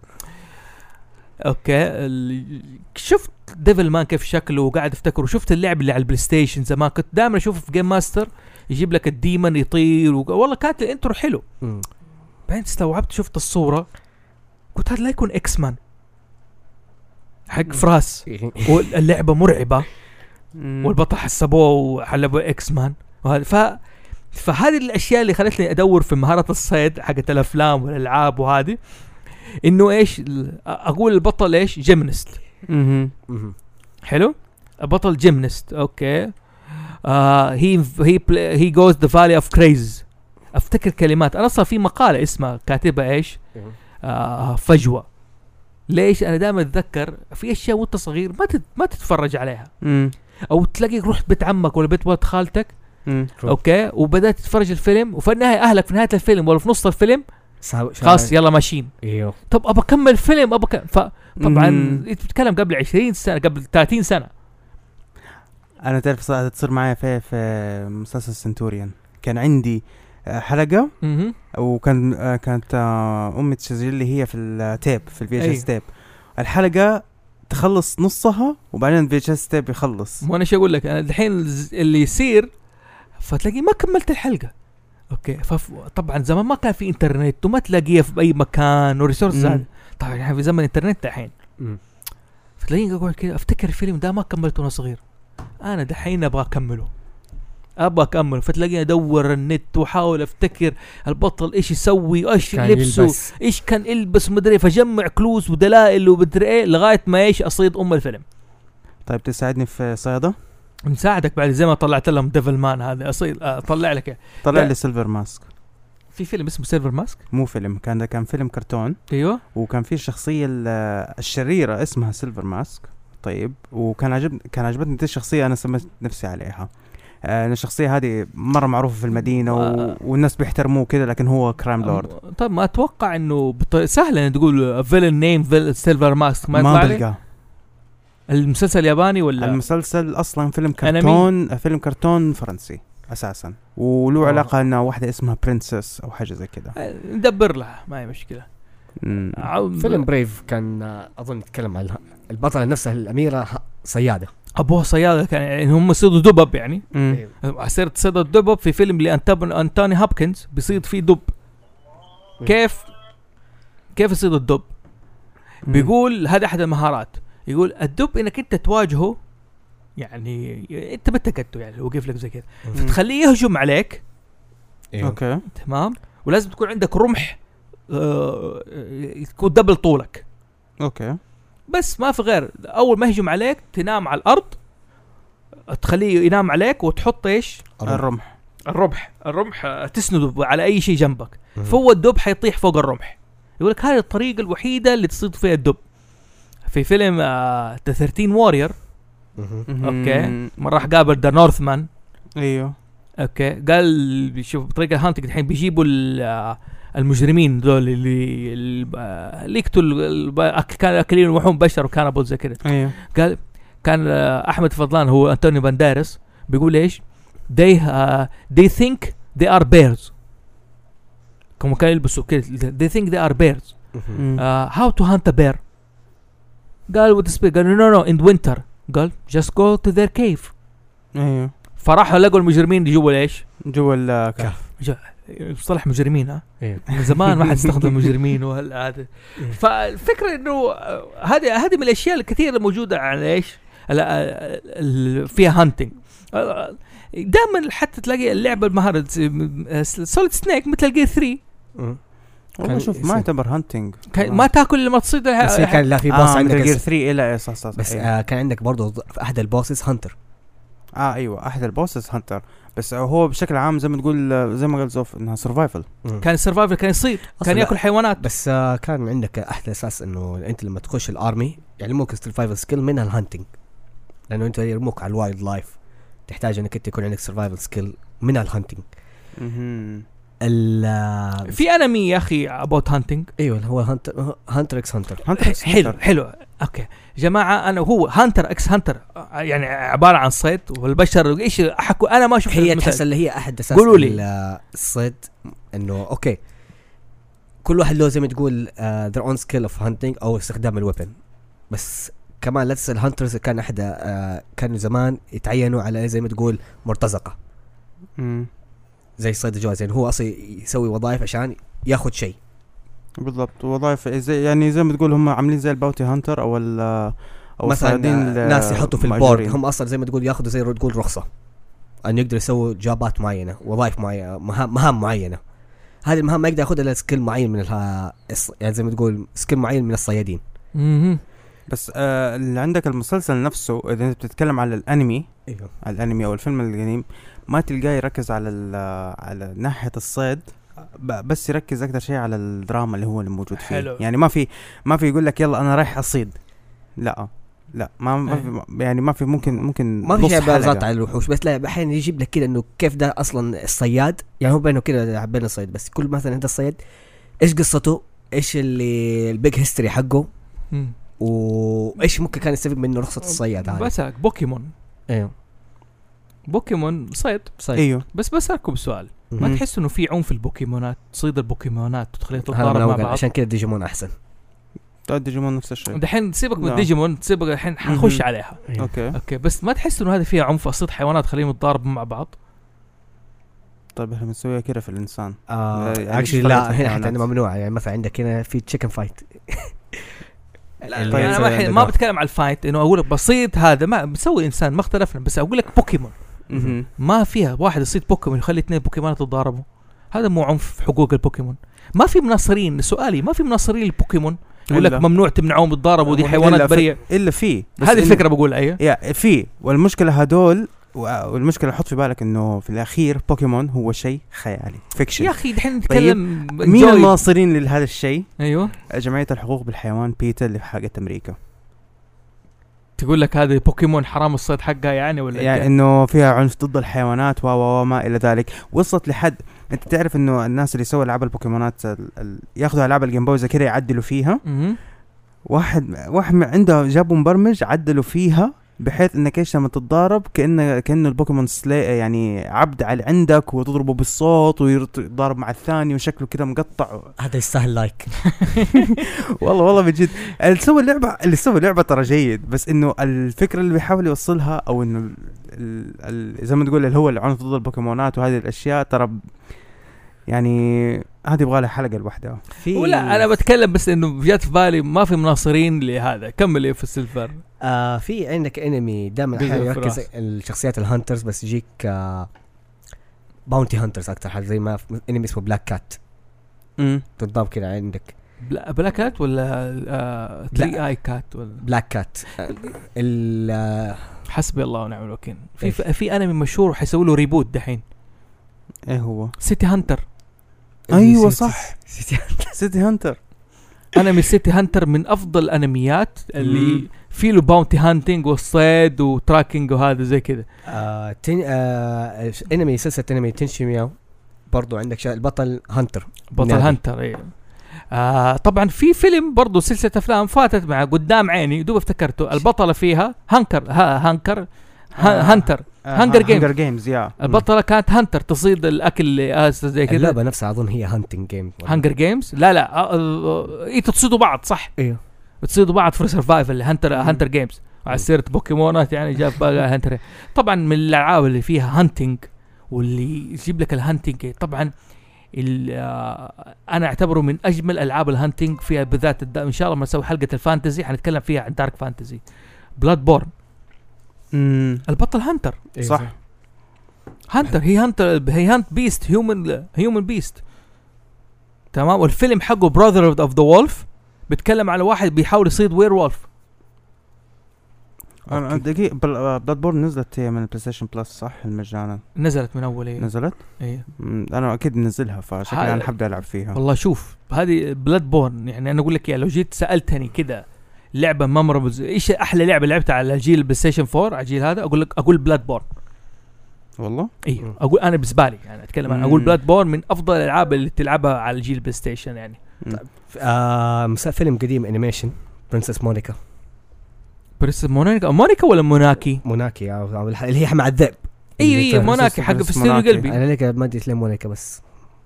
اوكي شفت ديفل مان كيف شكله وقاعد افتكر. وشفت اللعب اللي على البلاي ستيشن زمان كنت دائما اشوفه في جيم ماستر يجيب لك الديمن يطير و... والله كانت الانترو حلو. بعدين استوعبت شفت الصوره قلت هذا لا يكون اكس مان حق فراس واللعبه مرعبه والبطل حسبوه وحلبوا اكس مان وهذا. ف فهذه الاشياء اللي خلتني ادور في مهاره الصيد حقت الافلام والالعاب. وهذه انه ايش اقول البطل ايش جيمنست. حلو البطل جيمنست. اوكي هي هي هي جوز ذا فالي اوف كريز. افتكر كلمات انا اصلا في مقاله اسمها كاتبه ايش آه فجوه. ليش انا دائما اتذكر في اشياء وانت صغير ما تت ما تتفرج عليها. مم. او تلاقيك رحت بيت عمك ولا بيت ولد خالتك. مم. اوكي وبدات تتفرج الفيلم وفي النهايه اهلك في نهايه الفيلم ولا في نص الفيلم خلاص يلا ماشيين. ايوه طب ابى اكمل فيلم ابى ك... فطبعا انت بتتكلم قبل عشرين سنه قبل ثلاثين سنه. انا تعرف صراحه تصير معايا في في مسلسل سنتوريان. كان عندي حلقه مم. وكان كانت امي تسجل لي هي في التيب في الفي اتش اس تيب. الحلقه تخلص نصها وبعدين الفي اتش اس تيب يخلص. وانا شو اقول لك انا الحين اللي يصير فتلاقي ما كملت الحلقه. اوكي فطبعا زمان ما كان في انترنت وما تلاقيها في اي مكان وريسورس زاد. طبعا يعني في زمن الانترنت الحين فتلاقيني اقول كده افتكر الفيلم ده ما كملته وانا صغير. انا دحين ابغى اكمله ابغى اكمل. فتلاقيني ادور النت واحاول افتكر البطل ايش يسوي ايش لبسه ايش كان يلبس مدري فجمع كلوز ودلائل وبدري ايه لغايه ما ايش اصيد ام الفيلم. طيب تساعدني في صياده؟ نساعدك بعد زي ما طلعت لهم ديفل مان هذا اصيل اطلع لك. طلع لي سيلفر ماسك. في فيلم اسمه سيلفر ماسك مو فيلم كان ده كان فيلم كرتون. ايوه وكان فيه الشخصيه الشريره اسمها سيلفر ماسك. طيب وكان عجب كان عجبتني دي الشخصيه انا سميت نفسي عليها. آه الشخصيه هذه مره معروفه في المدينه و... والناس بيحترموه كده لكن هو كرايم لورد. طيب ما اتوقع انه بط... سهل ان تقول فيلن نيم سيلفر ماسك ما, ما بلقى. المسلسل الياباني ولا المسلسل اصلا فيلم كرتون فيلم كرتون فرنسي اساسا وله علاقه انه واحده اسمها برنسس او حاجه زي كده. ندبر لها ما هي مشكله. فيلم بريف كان اظن يتكلم عن البطله نفسها الاميره صياده. ابوها صياده كان يعني هم صيدوا دبب يعني. صرت صيد الدبب في فيلم لأنتوني هوبكنز بيصيد فيه دب. كيف كيف يصيد الدب؟ بيقول هذا احد المهارات. يقول الدب انك انت تواجهه يعني انت بتكته يعني وقف لك زي كده فتخليه يهجم عليك. اوكي تمام ولازم تكون عندك رمح آه يكون دبل طولك. اوكي بس ما في غير. اول ما يهجم عليك تنام على الارض تخليه ينام عليك وتحط ايش الرمح الرمح الرمح تسنده على اي شيء جنبك. فهو الدب حيطيح فوق الرمح يقول لك هذه الطريقه الوحيده اللي تصيد فيها الدب. في فيلم ذا ثيرتين وورير اوكي مره راح قابل ذا نورثمان ايوه اوكي قال بيشوف بطريقه هانتنج الحين بيجيبوا المجرمين دول اللي اللي يقتلوا كانوا اكلين لحوم بشر وكانوا زي كده. ايوه قال كان احمد فضلان هو انتوني بانديراس بيقول ايش they uh, they think they are bears كم كانوا يلبسوا كده they think they are bears uh, how to hunt a bear قال with the speed قال no no in winter قال just go to their cave. ايوه فراحوا لقوا المجرمين جوا ايش جوا الكهف. مصطلح مجرمين ها إيه. من زمان ما حد استخدم مجرمين وهذا. فالفكره انه هذه هذه من الاشياء الكثيره الموجوده على ايش فيها هانتنج. دائما حتى تلاقي اللعبه المهاره سوليد سنيك مثل جير ثري والله شوف ما يعتبر هانتنج ما تاكل لما تصيد بس كان لا في بوس آه عندك جير ثري الى صح صح بس آه كان عندك برضو في احد البوسز هانتر. اه ايوه احد البوسز هانتر بس هو بشكل عام زي ما تقول زي ما قال زوف انها سرفايفل. كان السرفايفل كان يصيد كان ياكل حيوانات بس آه كان عندك احد اساس انه انت لما تخش الارمي يعلموك السرفايفل سكيل منها الهانتنج لانه انت يرموك على الوايلد لايف تحتاج انك انت يكون عندك سرفايفل سكيل منها الهانتنج. ال في انمي يا اخي ابوت هانتنج ايوه هو هانتر هانتر اكس هانتر حلو حلو اوكي جماعه انا هو هانتر اكس هانتر يعني عباره عن صيد والبشر ايش حكوا انا ما شفت هي تحس اللي هي احد اساس الصيد انه اوكي كل واحد له زي ما تقول uh, their own skill of hunting او استخدام الويبن بس كمان لا تنسى الهانترز كان احد uh, كانوا زمان يتعينوا على زي ما تقول مرتزقه امم زي صيد الجواز يعني هو اصلا يسوي وظائف عشان ياخذ شيء بالضبط وظائف زي يعني زي ما تقول هم عاملين زي الباوتي هانتر او ال او مثلا ناس يحطوا في البورد هم اصلا زي ما تقول ياخذوا زي تقول رخصه ان يقدروا يسووا جابات معينه وظائف معينه مهام, مهام معينه. هذه المهام ما يقدر ياخذها الا سكيل معين من الها يعني زي ما تقول سكيل معين من الصيادين. اها بس آه اللي عندك المسلسل نفسه اذا انت بتتكلم على الانمي ايوه الانمي او الفيلم القديم ما تلقاه يركز على على ناحيه الصيد بس يركز اكثر شيء على الدراما اللي هو الموجود فيه. حلو. يعني ما في ما في يقول لك يلا انا رايح اصيد لا لا ما, ما في يعني ما في ممكن ممكن ما في شيء بالضبط على الوحوش بس لا احيانا يجيب لك كده انه كيف ده اصلا الصياد يعني هو بينه كده بين الصيد بس كل مثلا انت الصيد ايش قصته ايش اللي البيج هيستوري حقه وايش ممكن كان يستفيد منه رخصه الصياد هذا. بس بوكيمون ايوه بوكيمون صيد صيد ايوه بس بسألكم سؤال ما تحس انه في عنف البوكيمونات تصيد البوكيمونات وتخليها تتضارب مع بعض عشان كده ديجيمون احسن ديجيمون نفس الشيء دحين سيبك من ديجيمون سيبك الحين حنخش عليها اوكي اوكي بس ما تحس انه هذا فيها عنف اصيد حيوانات خليهم يتضاربوا مع بعض. طيب احنا بنسويها كده في الانسان آه يعني لا هنا حتى عندنا ممنوع يعني مثلا عندك هنا في تشيكن فايت طيب انا ما, ما بتكلم على الفايت انه اقول لك بسيط هذا ما بسوي انسان ما اختلفنا بس اقول لك بوكيمون ما فيها واحد يصيد بوكيمون يخلي اثنين بوكيمونات يتضاربوا هذا مو عنف في حقوق البوكيمون. ما في مناصرين سؤالي ما في مناصرين للبوكيمون يقول لك ممنوع تمنعهم يتضاربوا ودي حيوانات بريئه الا في هذه الفكره بقول ايوه يا في والمشكله هذول والمشكله حط في بالك انه في الاخير بوكيمون هو شيء خيالي فيكشن يا اخي دحين نتكلم طيب مين الناصرين لهذا الشيء؟ ايوه جمعيه الحقوق بالحيوان بيتا اللي في حقت امريكا تقول لك هذه بوكيمون حرام الصيد حقها يعني ولا يعني انه فيها عنف ضد الحيوانات و وما الى ذلك. وصلت لحد انت تعرف انه الناس اللي يسووا العاب البوكيمونات ال... ياخذوا العاب الجيم بوي زي كده يعدلوا فيها م- واحد واحد عنده جابوا مبرمج عدلوا فيها بحيث انك ايش لما تتضارب كأنه كأنه البوكيمون سلاي يعني عبد على عندك وتضربه بالصوت ويضارب مع الثاني وشكله كده مقطع. هذا يستاهل لايك والله والله بجد اللي سوى اللعبة اللي سوى اللعبة ترى جيد بس انه الفكرة اللي بيحاول يوصلها او انه ال... ال... زي ما تقول اللي هو العنف ضد البوكيمونات وهذه الاشياء ترى يعني هذه يبغى لها حلقة لوحدها. ولا انا بتكلم بس انه جات في بالي ما في مناصرين لهذا. كمل ايه في السيلفر. آه في عندك انمي دائما احيانا يركز الشخصيات الهانترز بس يجيك آه باونتي هانترز اكثر حاجه زي ما انمي اسمه بلاك كات امم تضرب كده عندك بلا بلاك كات ولا آه تري اي كات ولا بلاك كات ال آه حسبي الله ونعم الوكيل. في في انمي مشهور وحيسوي له ريبوت دحين. ايه هو؟ سيتي هانتر. ايوه صح سيتي هانتر. سيتي هانتر انمي سيتي هانتر من افضل الانميات اللي مم. في له باونتي هانتنج والصيد وتراكنج وهذا زي كذا. آه تن... آه انمي سلسله انمي تنشي مياو برضو عندك شا... البطل هانتر بطل نادي. هانتر ايه. آه طبعا في فيلم برضو سلسله افلام فاتت مع قدام عيني دوب افتكرته البطله فيها هانكر ها هانكر ها هانتر هانجر جيمز. هانجر جيمز يا البطله كانت هانتر تصيد الاكل آه زي كذا. اللعبه نفسها اظن هي هانتنج جيم. هانجر جيمز لا لا آه آه ايه تصيدوا بعض صح. ايوه بتصيدوا بعض في سرفايفل هانتر هانتر جيمز على سيره بوكيمونات يعني جاب بقى هانتر. طبعا من الالعاب اللي فيها هانتنج واللي يجيب لك الهانتنج طبعا آه انا اعتبره من اجمل العاب الهانتنج فيها بالذات الد... ان شاء الله ما نسوي حلقه الفانتزي حنتكلم فيها عن دارك فانتزي. بلاد بورن مم. البطل هانتر إيه صح. هانتر هي هانتر هي هانت بيست هيومن هيومن بيست تمام. والفيلم حقه براذر اوف ذا وولف بيتكلم على واحد بيحاول يصيد وير وولف. انا دقيقة بلاد بورن نزلت هي من البلاي ستيشن بلس صح المجانا نزلت من اول ايه نزلت ايه مم. انا اكيد ننزلها فشكلي انا حابب العب فيها والله. شوف هذه بلاد بورن يعني انا اقول لك يا لو جيت سالتني كده لعبه ممربل ايش احلى لعبه لعبتها على الجيل البلاي ستيشن فور على الجيل هذا اقول لك اقول بلاد بورن والله. اي اقول انا بالنسبه لي يعني اتكلم عن اقول بلاد بورن من افضل الالعاب اللي تلعبها على الجيل البلاي ستيشن يعني. آه فيلم قديم انيميشن برنسس مونيكا. برنسس مونيكا مونيكا ولا موناكي موناكي أو اللي هي مع الذئب. اي اي موناكي حق في ستيل قلبي. انا لك ما ادري ليه مونيكا بس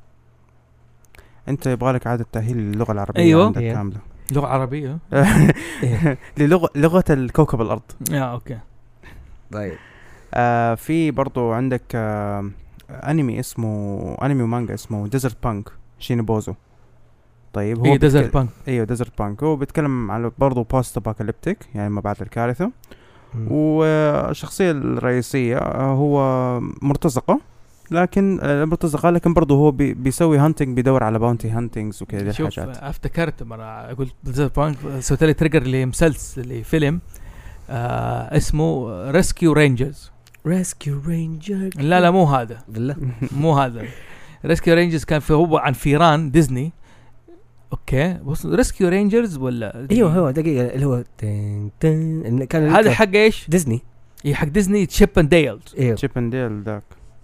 انت يبغى لك عاده تاهيل اللغه العربيه أيوة. عندك إيه. كامله لغه عربيه للغه لغه الكوكب الارض. يا اوكي طيب. آه في برضو عندك آه انمي اسمه انمي ومانجا اسمه ديزرت بانك شينوبوزو. طيب هو اي ديزرت بيتك... بانك ايوه ديزرت بانك هو بيتكلم على برضو بوست ابوكاليبتيك يعني ما بعد الكارثه. والشخصيه الرئيسيه هو مرتزقه لكن مرتزقه لكن برضو هو بي بيسوي هانتنج بيدور على باونتي هانتنجز وكذا شوف الحاجات. افتكرت مرة قلت ديزرت بانك سويت لي تريجر لمسلسل لفيلم آه اسمه ريسكيو رينجرز. ريسكيو رينجر لا لا مو هذا بالله مو هذا. ريسكيو رينجرز كان في هو عن فيران ديزني. اوكي بص ريسكيو رينجرز ولا ايوه هو دقيقه اللي هو تن تن كان هذا حق ايش ديزني. اي حق ديزني تشيب اند ديل. ايوه تشيب اند ديل ذاك.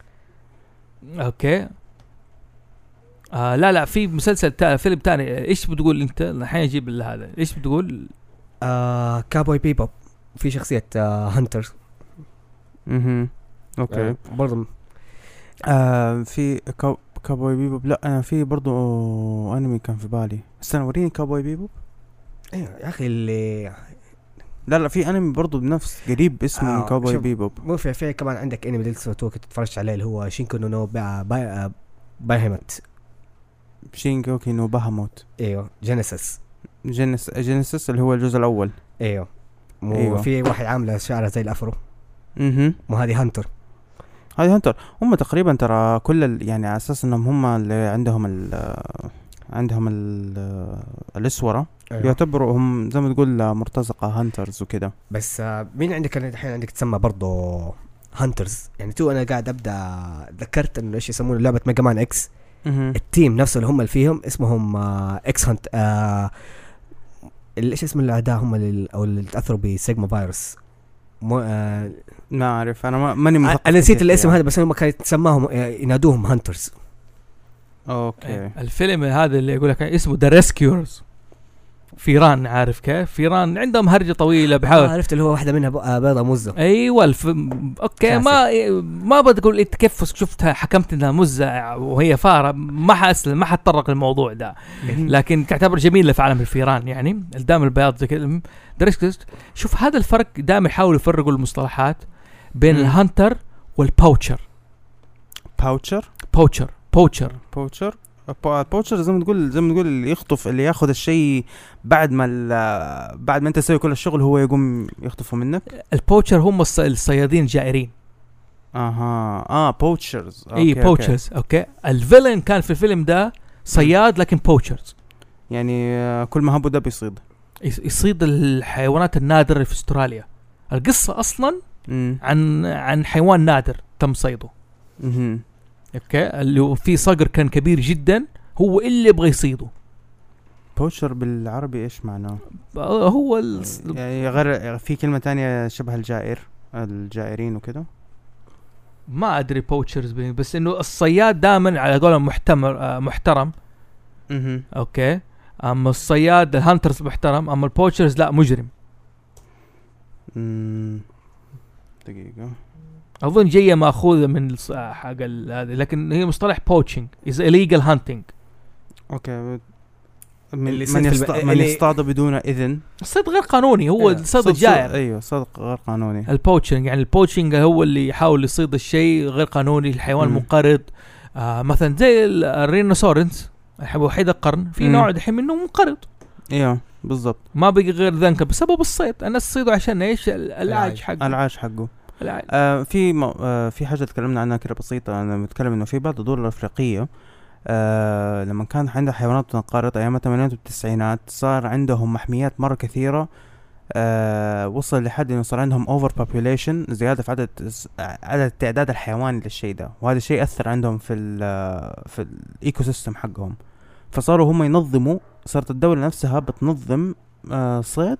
اوكي آه لا لا في مسلسل تا فيلم تاني ايش بتقول انت الحين اجيب هذا ايش بتقول آه كابوي بيبوب في شخصيه آه هانتر. اها اوكي آه برضه آه في كاو كابوي بيبوب. لا انا في برضو انمي كان في بالي استنى وريني كابوي بيبوب. ايوه يا اخي اللي لا لا في انمي برضو بنفس قريب اسمه آه كابوي شوف. بيبوب. مو في في كمان عندك انمي اللي تو كنت تتفرج عليه اللي هو شينكو نو نو باي باي بايهمت. شينكوكي نو باهاموت. ايوه جينيسيس. جينيس جينيسيس اللي هو الجزء الاول. ايوه مو أيوة. في واحد عامله شعره زي الافرو. اها مو هذه هانتر. هاي هانتر هم تقريبا ترى كل ال يعني على اساس انهم هم اللي عندهم ال عندهم ال الاسوره. أيوة. يعتبروا هم زي ما تقول مرتزقه هانترز وكده. بس آه مين عندك الحين عندك تسمى برضو هانترز يعني تو انا قاعد ابدا ذكرت انه ايش يسمونه لعبه ميجا مان اكس. مه. التيم نفسه اللي هم اللي فيهم اسمهم آه اكس هانت آه ايش اسم الاعداء هم اللي او اللي تاثروا بسيجما فيروس. مو آه ما اعرف انا ما ماني مثقف. انا نسيت الاسم يعني. هذا بس هم كانوا يسموهم ينادوهم هانترز. اوكي الفيلم هذا اللي يقول لك اسمه ذا ريسكيورز. فيران عارف كيف فيران عندهم هرجه طويله بحاول آه عرفت اللي هو واحده منها بيضه مزه. ايوه الف... اوكي ما ما بتقول انت كيف شفتها حكمت انها مزه وهي فاره ما حاسل ما حتطرق الموضوع ده. لكن تعتبر جميله في عالم الفيران يعني الدم البياض زي كذا. شوف هذا الفرق دائما يحاولوا يفرقوا المصطلحات بين م. الهانتر والباوتشر. باوتشر باوتشر باوتشر باوتشر باوتشر زي ما تقول زي ما تقول اللي يخطف اللي ياخذ الشيء بعد ما بعد ما انت تسوي كل الشغل هو يقوم يخطفه منك. الباوتشر هم الصيادين الجائرين. اها اه باوتشرز. اي باوتشرز اوكي. الفيلن كان في الفيلم ده صياد لكن باوتشرز يعني كل ما هبو ده بيصيد يصيد الحيوانات النادرة اللي في استراليا. القصة اصلا م. عن عن حيوان نادر تم صيده. اها اوكي اللي في صقر كان كبير جدا هو اللي يبغى يصيده. بوتشر بالعربي ايش معناه؟ هو ال... يعني غير في كلمة تانية شبه الجائر، الجائرين وكده. ما ادري بوتشرز بس انه الصياد دائما على قولهم محتمر محترم. اها اوكي. اما الصياد الهانترز محترم، اما البوتشرز لا مجرم. امم دقيقة اظن جايه ماخوذه من حق هذا، لكن هي مصطلح بوتشنج از illegal hunting. اوكي. من اللي من, يصيد يصط... في الب- من اللي- يصطاد بدون اذن. الصيد غير قانوني، هو إيه. الصيد صيد- الجائر. ايوه صيد غير قانوني. البوتشنج يعني البوتشنج هو اللي يحاول يصيد الشيء غير قانوني، الحيوان مم. منقرض. آه مثلا زي ال- الرينوسورنس وحيد القرن، في مم. نوع دحين منه منقرض ايوه بالضبط. ما بقي غير ذنك بسبب الصيد. الناس تصيدوا عشان ايش؟ ال- العاج حقه. العاش حقه. العاج. آه في م... آه في حاجة تكلمنا عنها كده بسيطة. أنا بتكلم إنه في بعض الدول الأفريقية آه لما كان عندها حيوانات تنقرض أيام الثمانينات والتسعينات، صار عندهم محميات مرة كثيرة. آه وصل لحد إنه صار عندهم over population، زيادة في عدد عدد تعداد الحيوان للشيء ده، وهذا الشيء أثر عندهم في ال في الإيكو سيستم حقهم. فصاروا هم ينظموا، صارت الدولة نفسها بتنظم آه صيد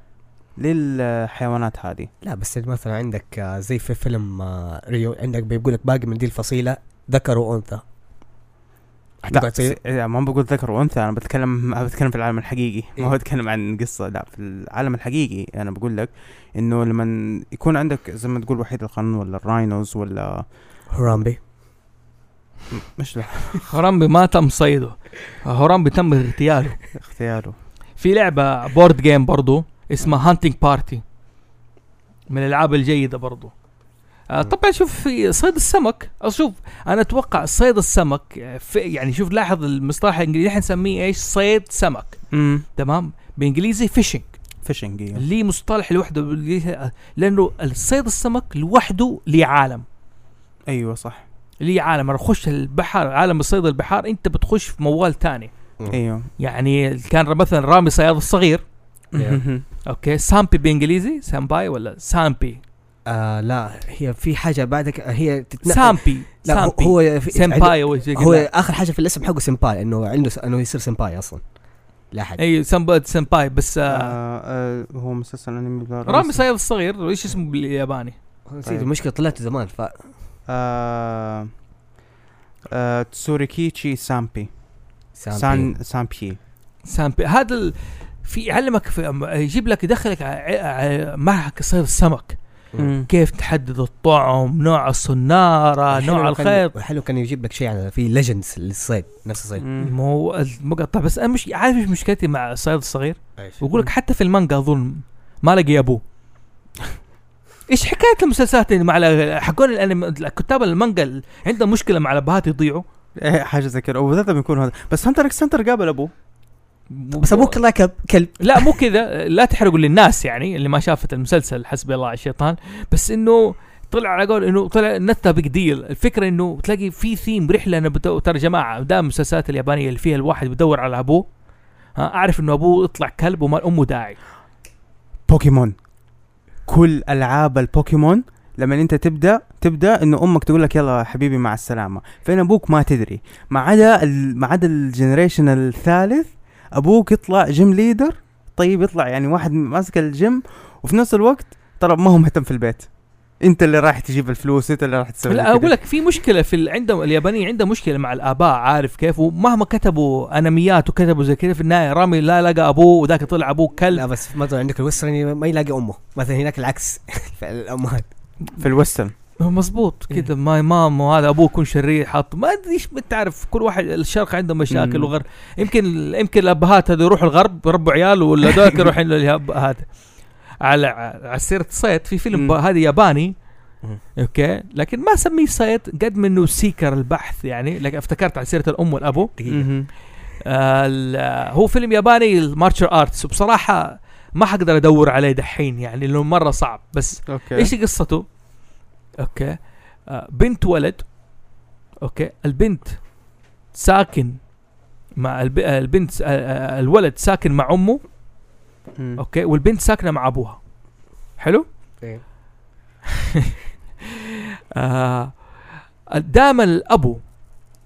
للحيوانات هذه. لا بس مثلا عندك آه، زي في فيلم آه، ريو، عندك بيقولك باقي من دي الفصيلة ذكر وأنثى. لا س- لا، ما بقول ذكر وانثى، انا بتكلم أنا بتكلم في العالم الحقيقي. إيه؟ ما هو بتكلم عن قصة. لا في العالم الحقيقي انا بقول لك انه لما يكون عندك زي ما تقول وحيد القانون ولا الراينوز ولا هرامبي. مش لا هرامبي ما تم صيده، هرامبي تم اغتياله. اختياره. في لعبة بورد جيم برضو اسمها هانتينج بارتي، من الالعاب الجيدة برضو. آه طبعا شوف في صيد السمك، اشوف انا اتوقع صيد السمك في يعني شوف لاحظ المصطلح الانجليزي احنا نسميه ايش؟ صيد سمك. امم تمام. بالانجليزي فيشنج، فيشنج. ليه مصطلح لوحده بالإنجليزي، لانه الصيد السمك لوحده ليه عالم. ايوه صح. ليه عالم. انا اخش البحر، عالم الصيد البحار انت بتخش في موال تاني. ايوه يعني كان مثلا رامي صياد الصغير. مهم. اوكي. سامبي بالانجليزي سامباي ولا سامبي؟ آه لا هي في حاجة بعدك هي تتنقل. سامبي. لا هو- سامبي هو في- سامباي او زي هو كذا. آخر حاجة في الاسم حقه سمباي، إنه عنده س- إنه يصير سمباي أصلا. لا حد. اي سامباي سامباي بس آه آه آه هو مسلسل انمي بلا رامي صياد الصغير وايش اسمه بالياباني؟ نسيت طيب. المشكلة طلعت زمان ف آه آه تسوريكيتشي سامبي سامبي. سان سامبي. سامبي هذا ال... في يعلمك في يجيب لك يدخلك ع- ع- معك صيد السمك، مم. كيف تحدد الطعم، نوع الصنارة، الحلو نوع كان- الخيط. الحلو كان يجيب لك شيء على في ليجندز للصيد نفس الصيد. مم. مو المقطع بس انا مش عارف ايش مشكلتي مع الصيد الصغير. ايش؟ بقول لك حتى في المانجا اظن ما لقي ابوه. ايش حكايه المسلسلات اللي مع ال- حقون الانمي الكتاب المانجا ال- عندهم مشكله مع الابهات يضيعوا. إيه حاجة زي كده، وبالذات لما يكون هذا. بس هانتر اكس هانتر قابل ابوه. بس ابوك الله كلب كلب. لا مو كذا، لا تحرقوا للناس يعني اللي ما شافت المسلسل، حسبي الله على الشيطان. بس انه طلع على قول انه طلع نتا بيج ديل. الفكره انه تلاقي في ثيم رحله. انا بتو... ترى جماعه دام المسلسلات اليابانيه اللي فيها الواحد بيدور على ابوه، ها اعرف انه ابوه يطلع كلب وما امه داعي. بوكيمون، كل العاب البوكيمون لما انت تبدا تبدا انه امك تقول لك يلا حبيبي مع السلامه، فين ابوك ما تدري. ما عدا ال- ما عدا الجنريشن الثالث ابوك يطلع جيم ليدر. طيب يطلع يعني واحد ماسك الجيم، وفي نفس الوقت ترى ما هو مهتم في البيت. انت اللي راح تجيب الفلوس، انت اللي راح تسوي. لا اقول لك في مشكله في ال... عندهم اليابانيين عندهم مشكله مع الاباء، عارف كيف؟ ومهما كتبوا انميات وكتبوا زي كذا في النهايه رامي لا لقى ابوه وذاك طلع ابوه كلب. لا بس مثلا عندك الوسترن ما يلاقي امه، مثلا هناك العكس. الامهات في الوسترن مظبوط كذا. ما مام وهذا ابوه يكون شرير حاط ما ادري ايش بتعرف. كل واحد الشرق عنده مشاكل مم. وغير. يمكن يمكن الابهات هذول يروحوا الغرب يربوا عيال ولا ذاك يروحوا الياب هذا. على على سيره الصيد في فيلم مم. هذا ياباني مم. اوكي، لكن ما سميه صيد قد منه سيكر البحث يعني. لكن افتكرت على سيره الام والابو. مهم. آه ال- هو فيلم ياباني المارشال ارتس، وبصراحه ما حقدر ادور عليه دحين يعني لانه مره صعب. بس اوكي ايش قصته؟ اوكي آه بنت ولد. اوكي البنت ساكن مع الب... البنت آه آه الولد ساكن مع امه. مم. اوكي والبنت ساكنه مع ابوها. حلو. إيه. آه دائما الابو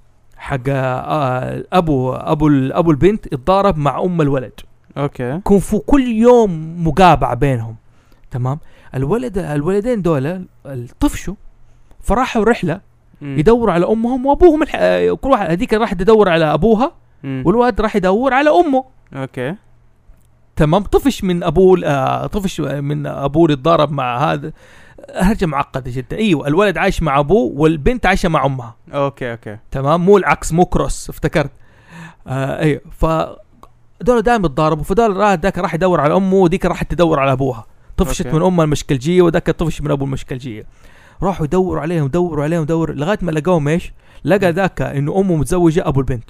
حق آه ابو ابو ابو البنت اتضارب مع ام الولد. اوكي. كون في كل يوم مقابعه بينهم. تمام. الولد الولدين دول طفشوا فراحوا رحله مم. يدوروا على امهم وابوهم الح... كل واحد هذيك راح تدور على ابوها مم. والواد راح يدور على امه. اوكي. تمام. طفش من ابوه آه طفش من ابوه اللي اتضارب مع هذا. هرجة معقدة جدا. ايوه الولد عايش مع ابوه والبنت عايشة مع امها. اوكي اوكي تمام. مو العكس مو كروس افتكرت. آه ايوه ف دول دائما يتضاربوا فدول راح ذاك راح يدور على امه وديك راحت تدور على ابوها. طفشت أوكي. من امها المشكلجية وذاك طفش من ابو المشكلجية. راحوا يدوروا عليهم يدوروا عليهم يدوروا لغاية ما لقوهم ايش؟ لقى ذاك انه امه متزوجة ابو البنت.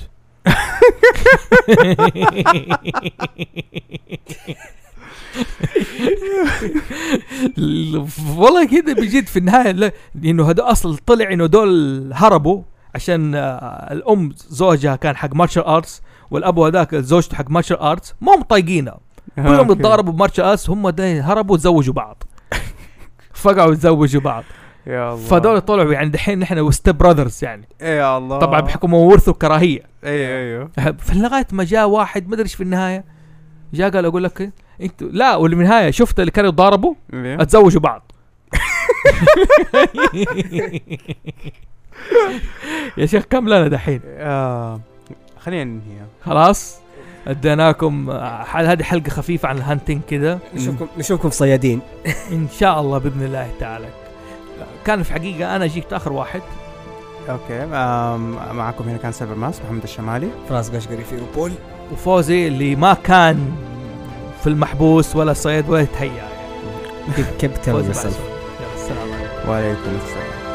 والله كده بجد في النهاية لأنه هذا أصل طلع إنه دول هربوا عشان الأم زوجها كان حق مارشال آرتس والأبو هذاك زوجته حق مارشال آرتس ما هم طايقينها كلهم يتضاربوا بمارشال آرتس هم ده هربوا وتزوجوا بعض فقعوا يتزوجوا بعض. يا الله. فدول طلعوا يعني دحين نحن وستيب براذرز يعني. يا الله. طبعا بحكم ورثوا كراهية. ايوه ايوه. فلغاية ما جاء واحد ما ادري ايش في النهاية جاء قال اقول لك انتوا لا واللي من النهاية شفت اللي كانوا يتضاربوا اتزوجوا بعض. يا شيخ كم لنا دحين؟ آه خلينا ننهي خلاص. اديناكم هذه حلقة خفيفة عن الهانتينج كده. نشوفكم نشوفكم صيادين ان شاء الله باذن الله تعالى. كان في حقيقة انا جيت اخر واحد. اوكي. معكم هنا كان سايبر ماس محمد الشمالي فراس قشقري في روبول وفوزي اللي ما كان في المحبوس ولا صيد ولا تهيأ كابتن. السلام عليكم. وعليكم السلام.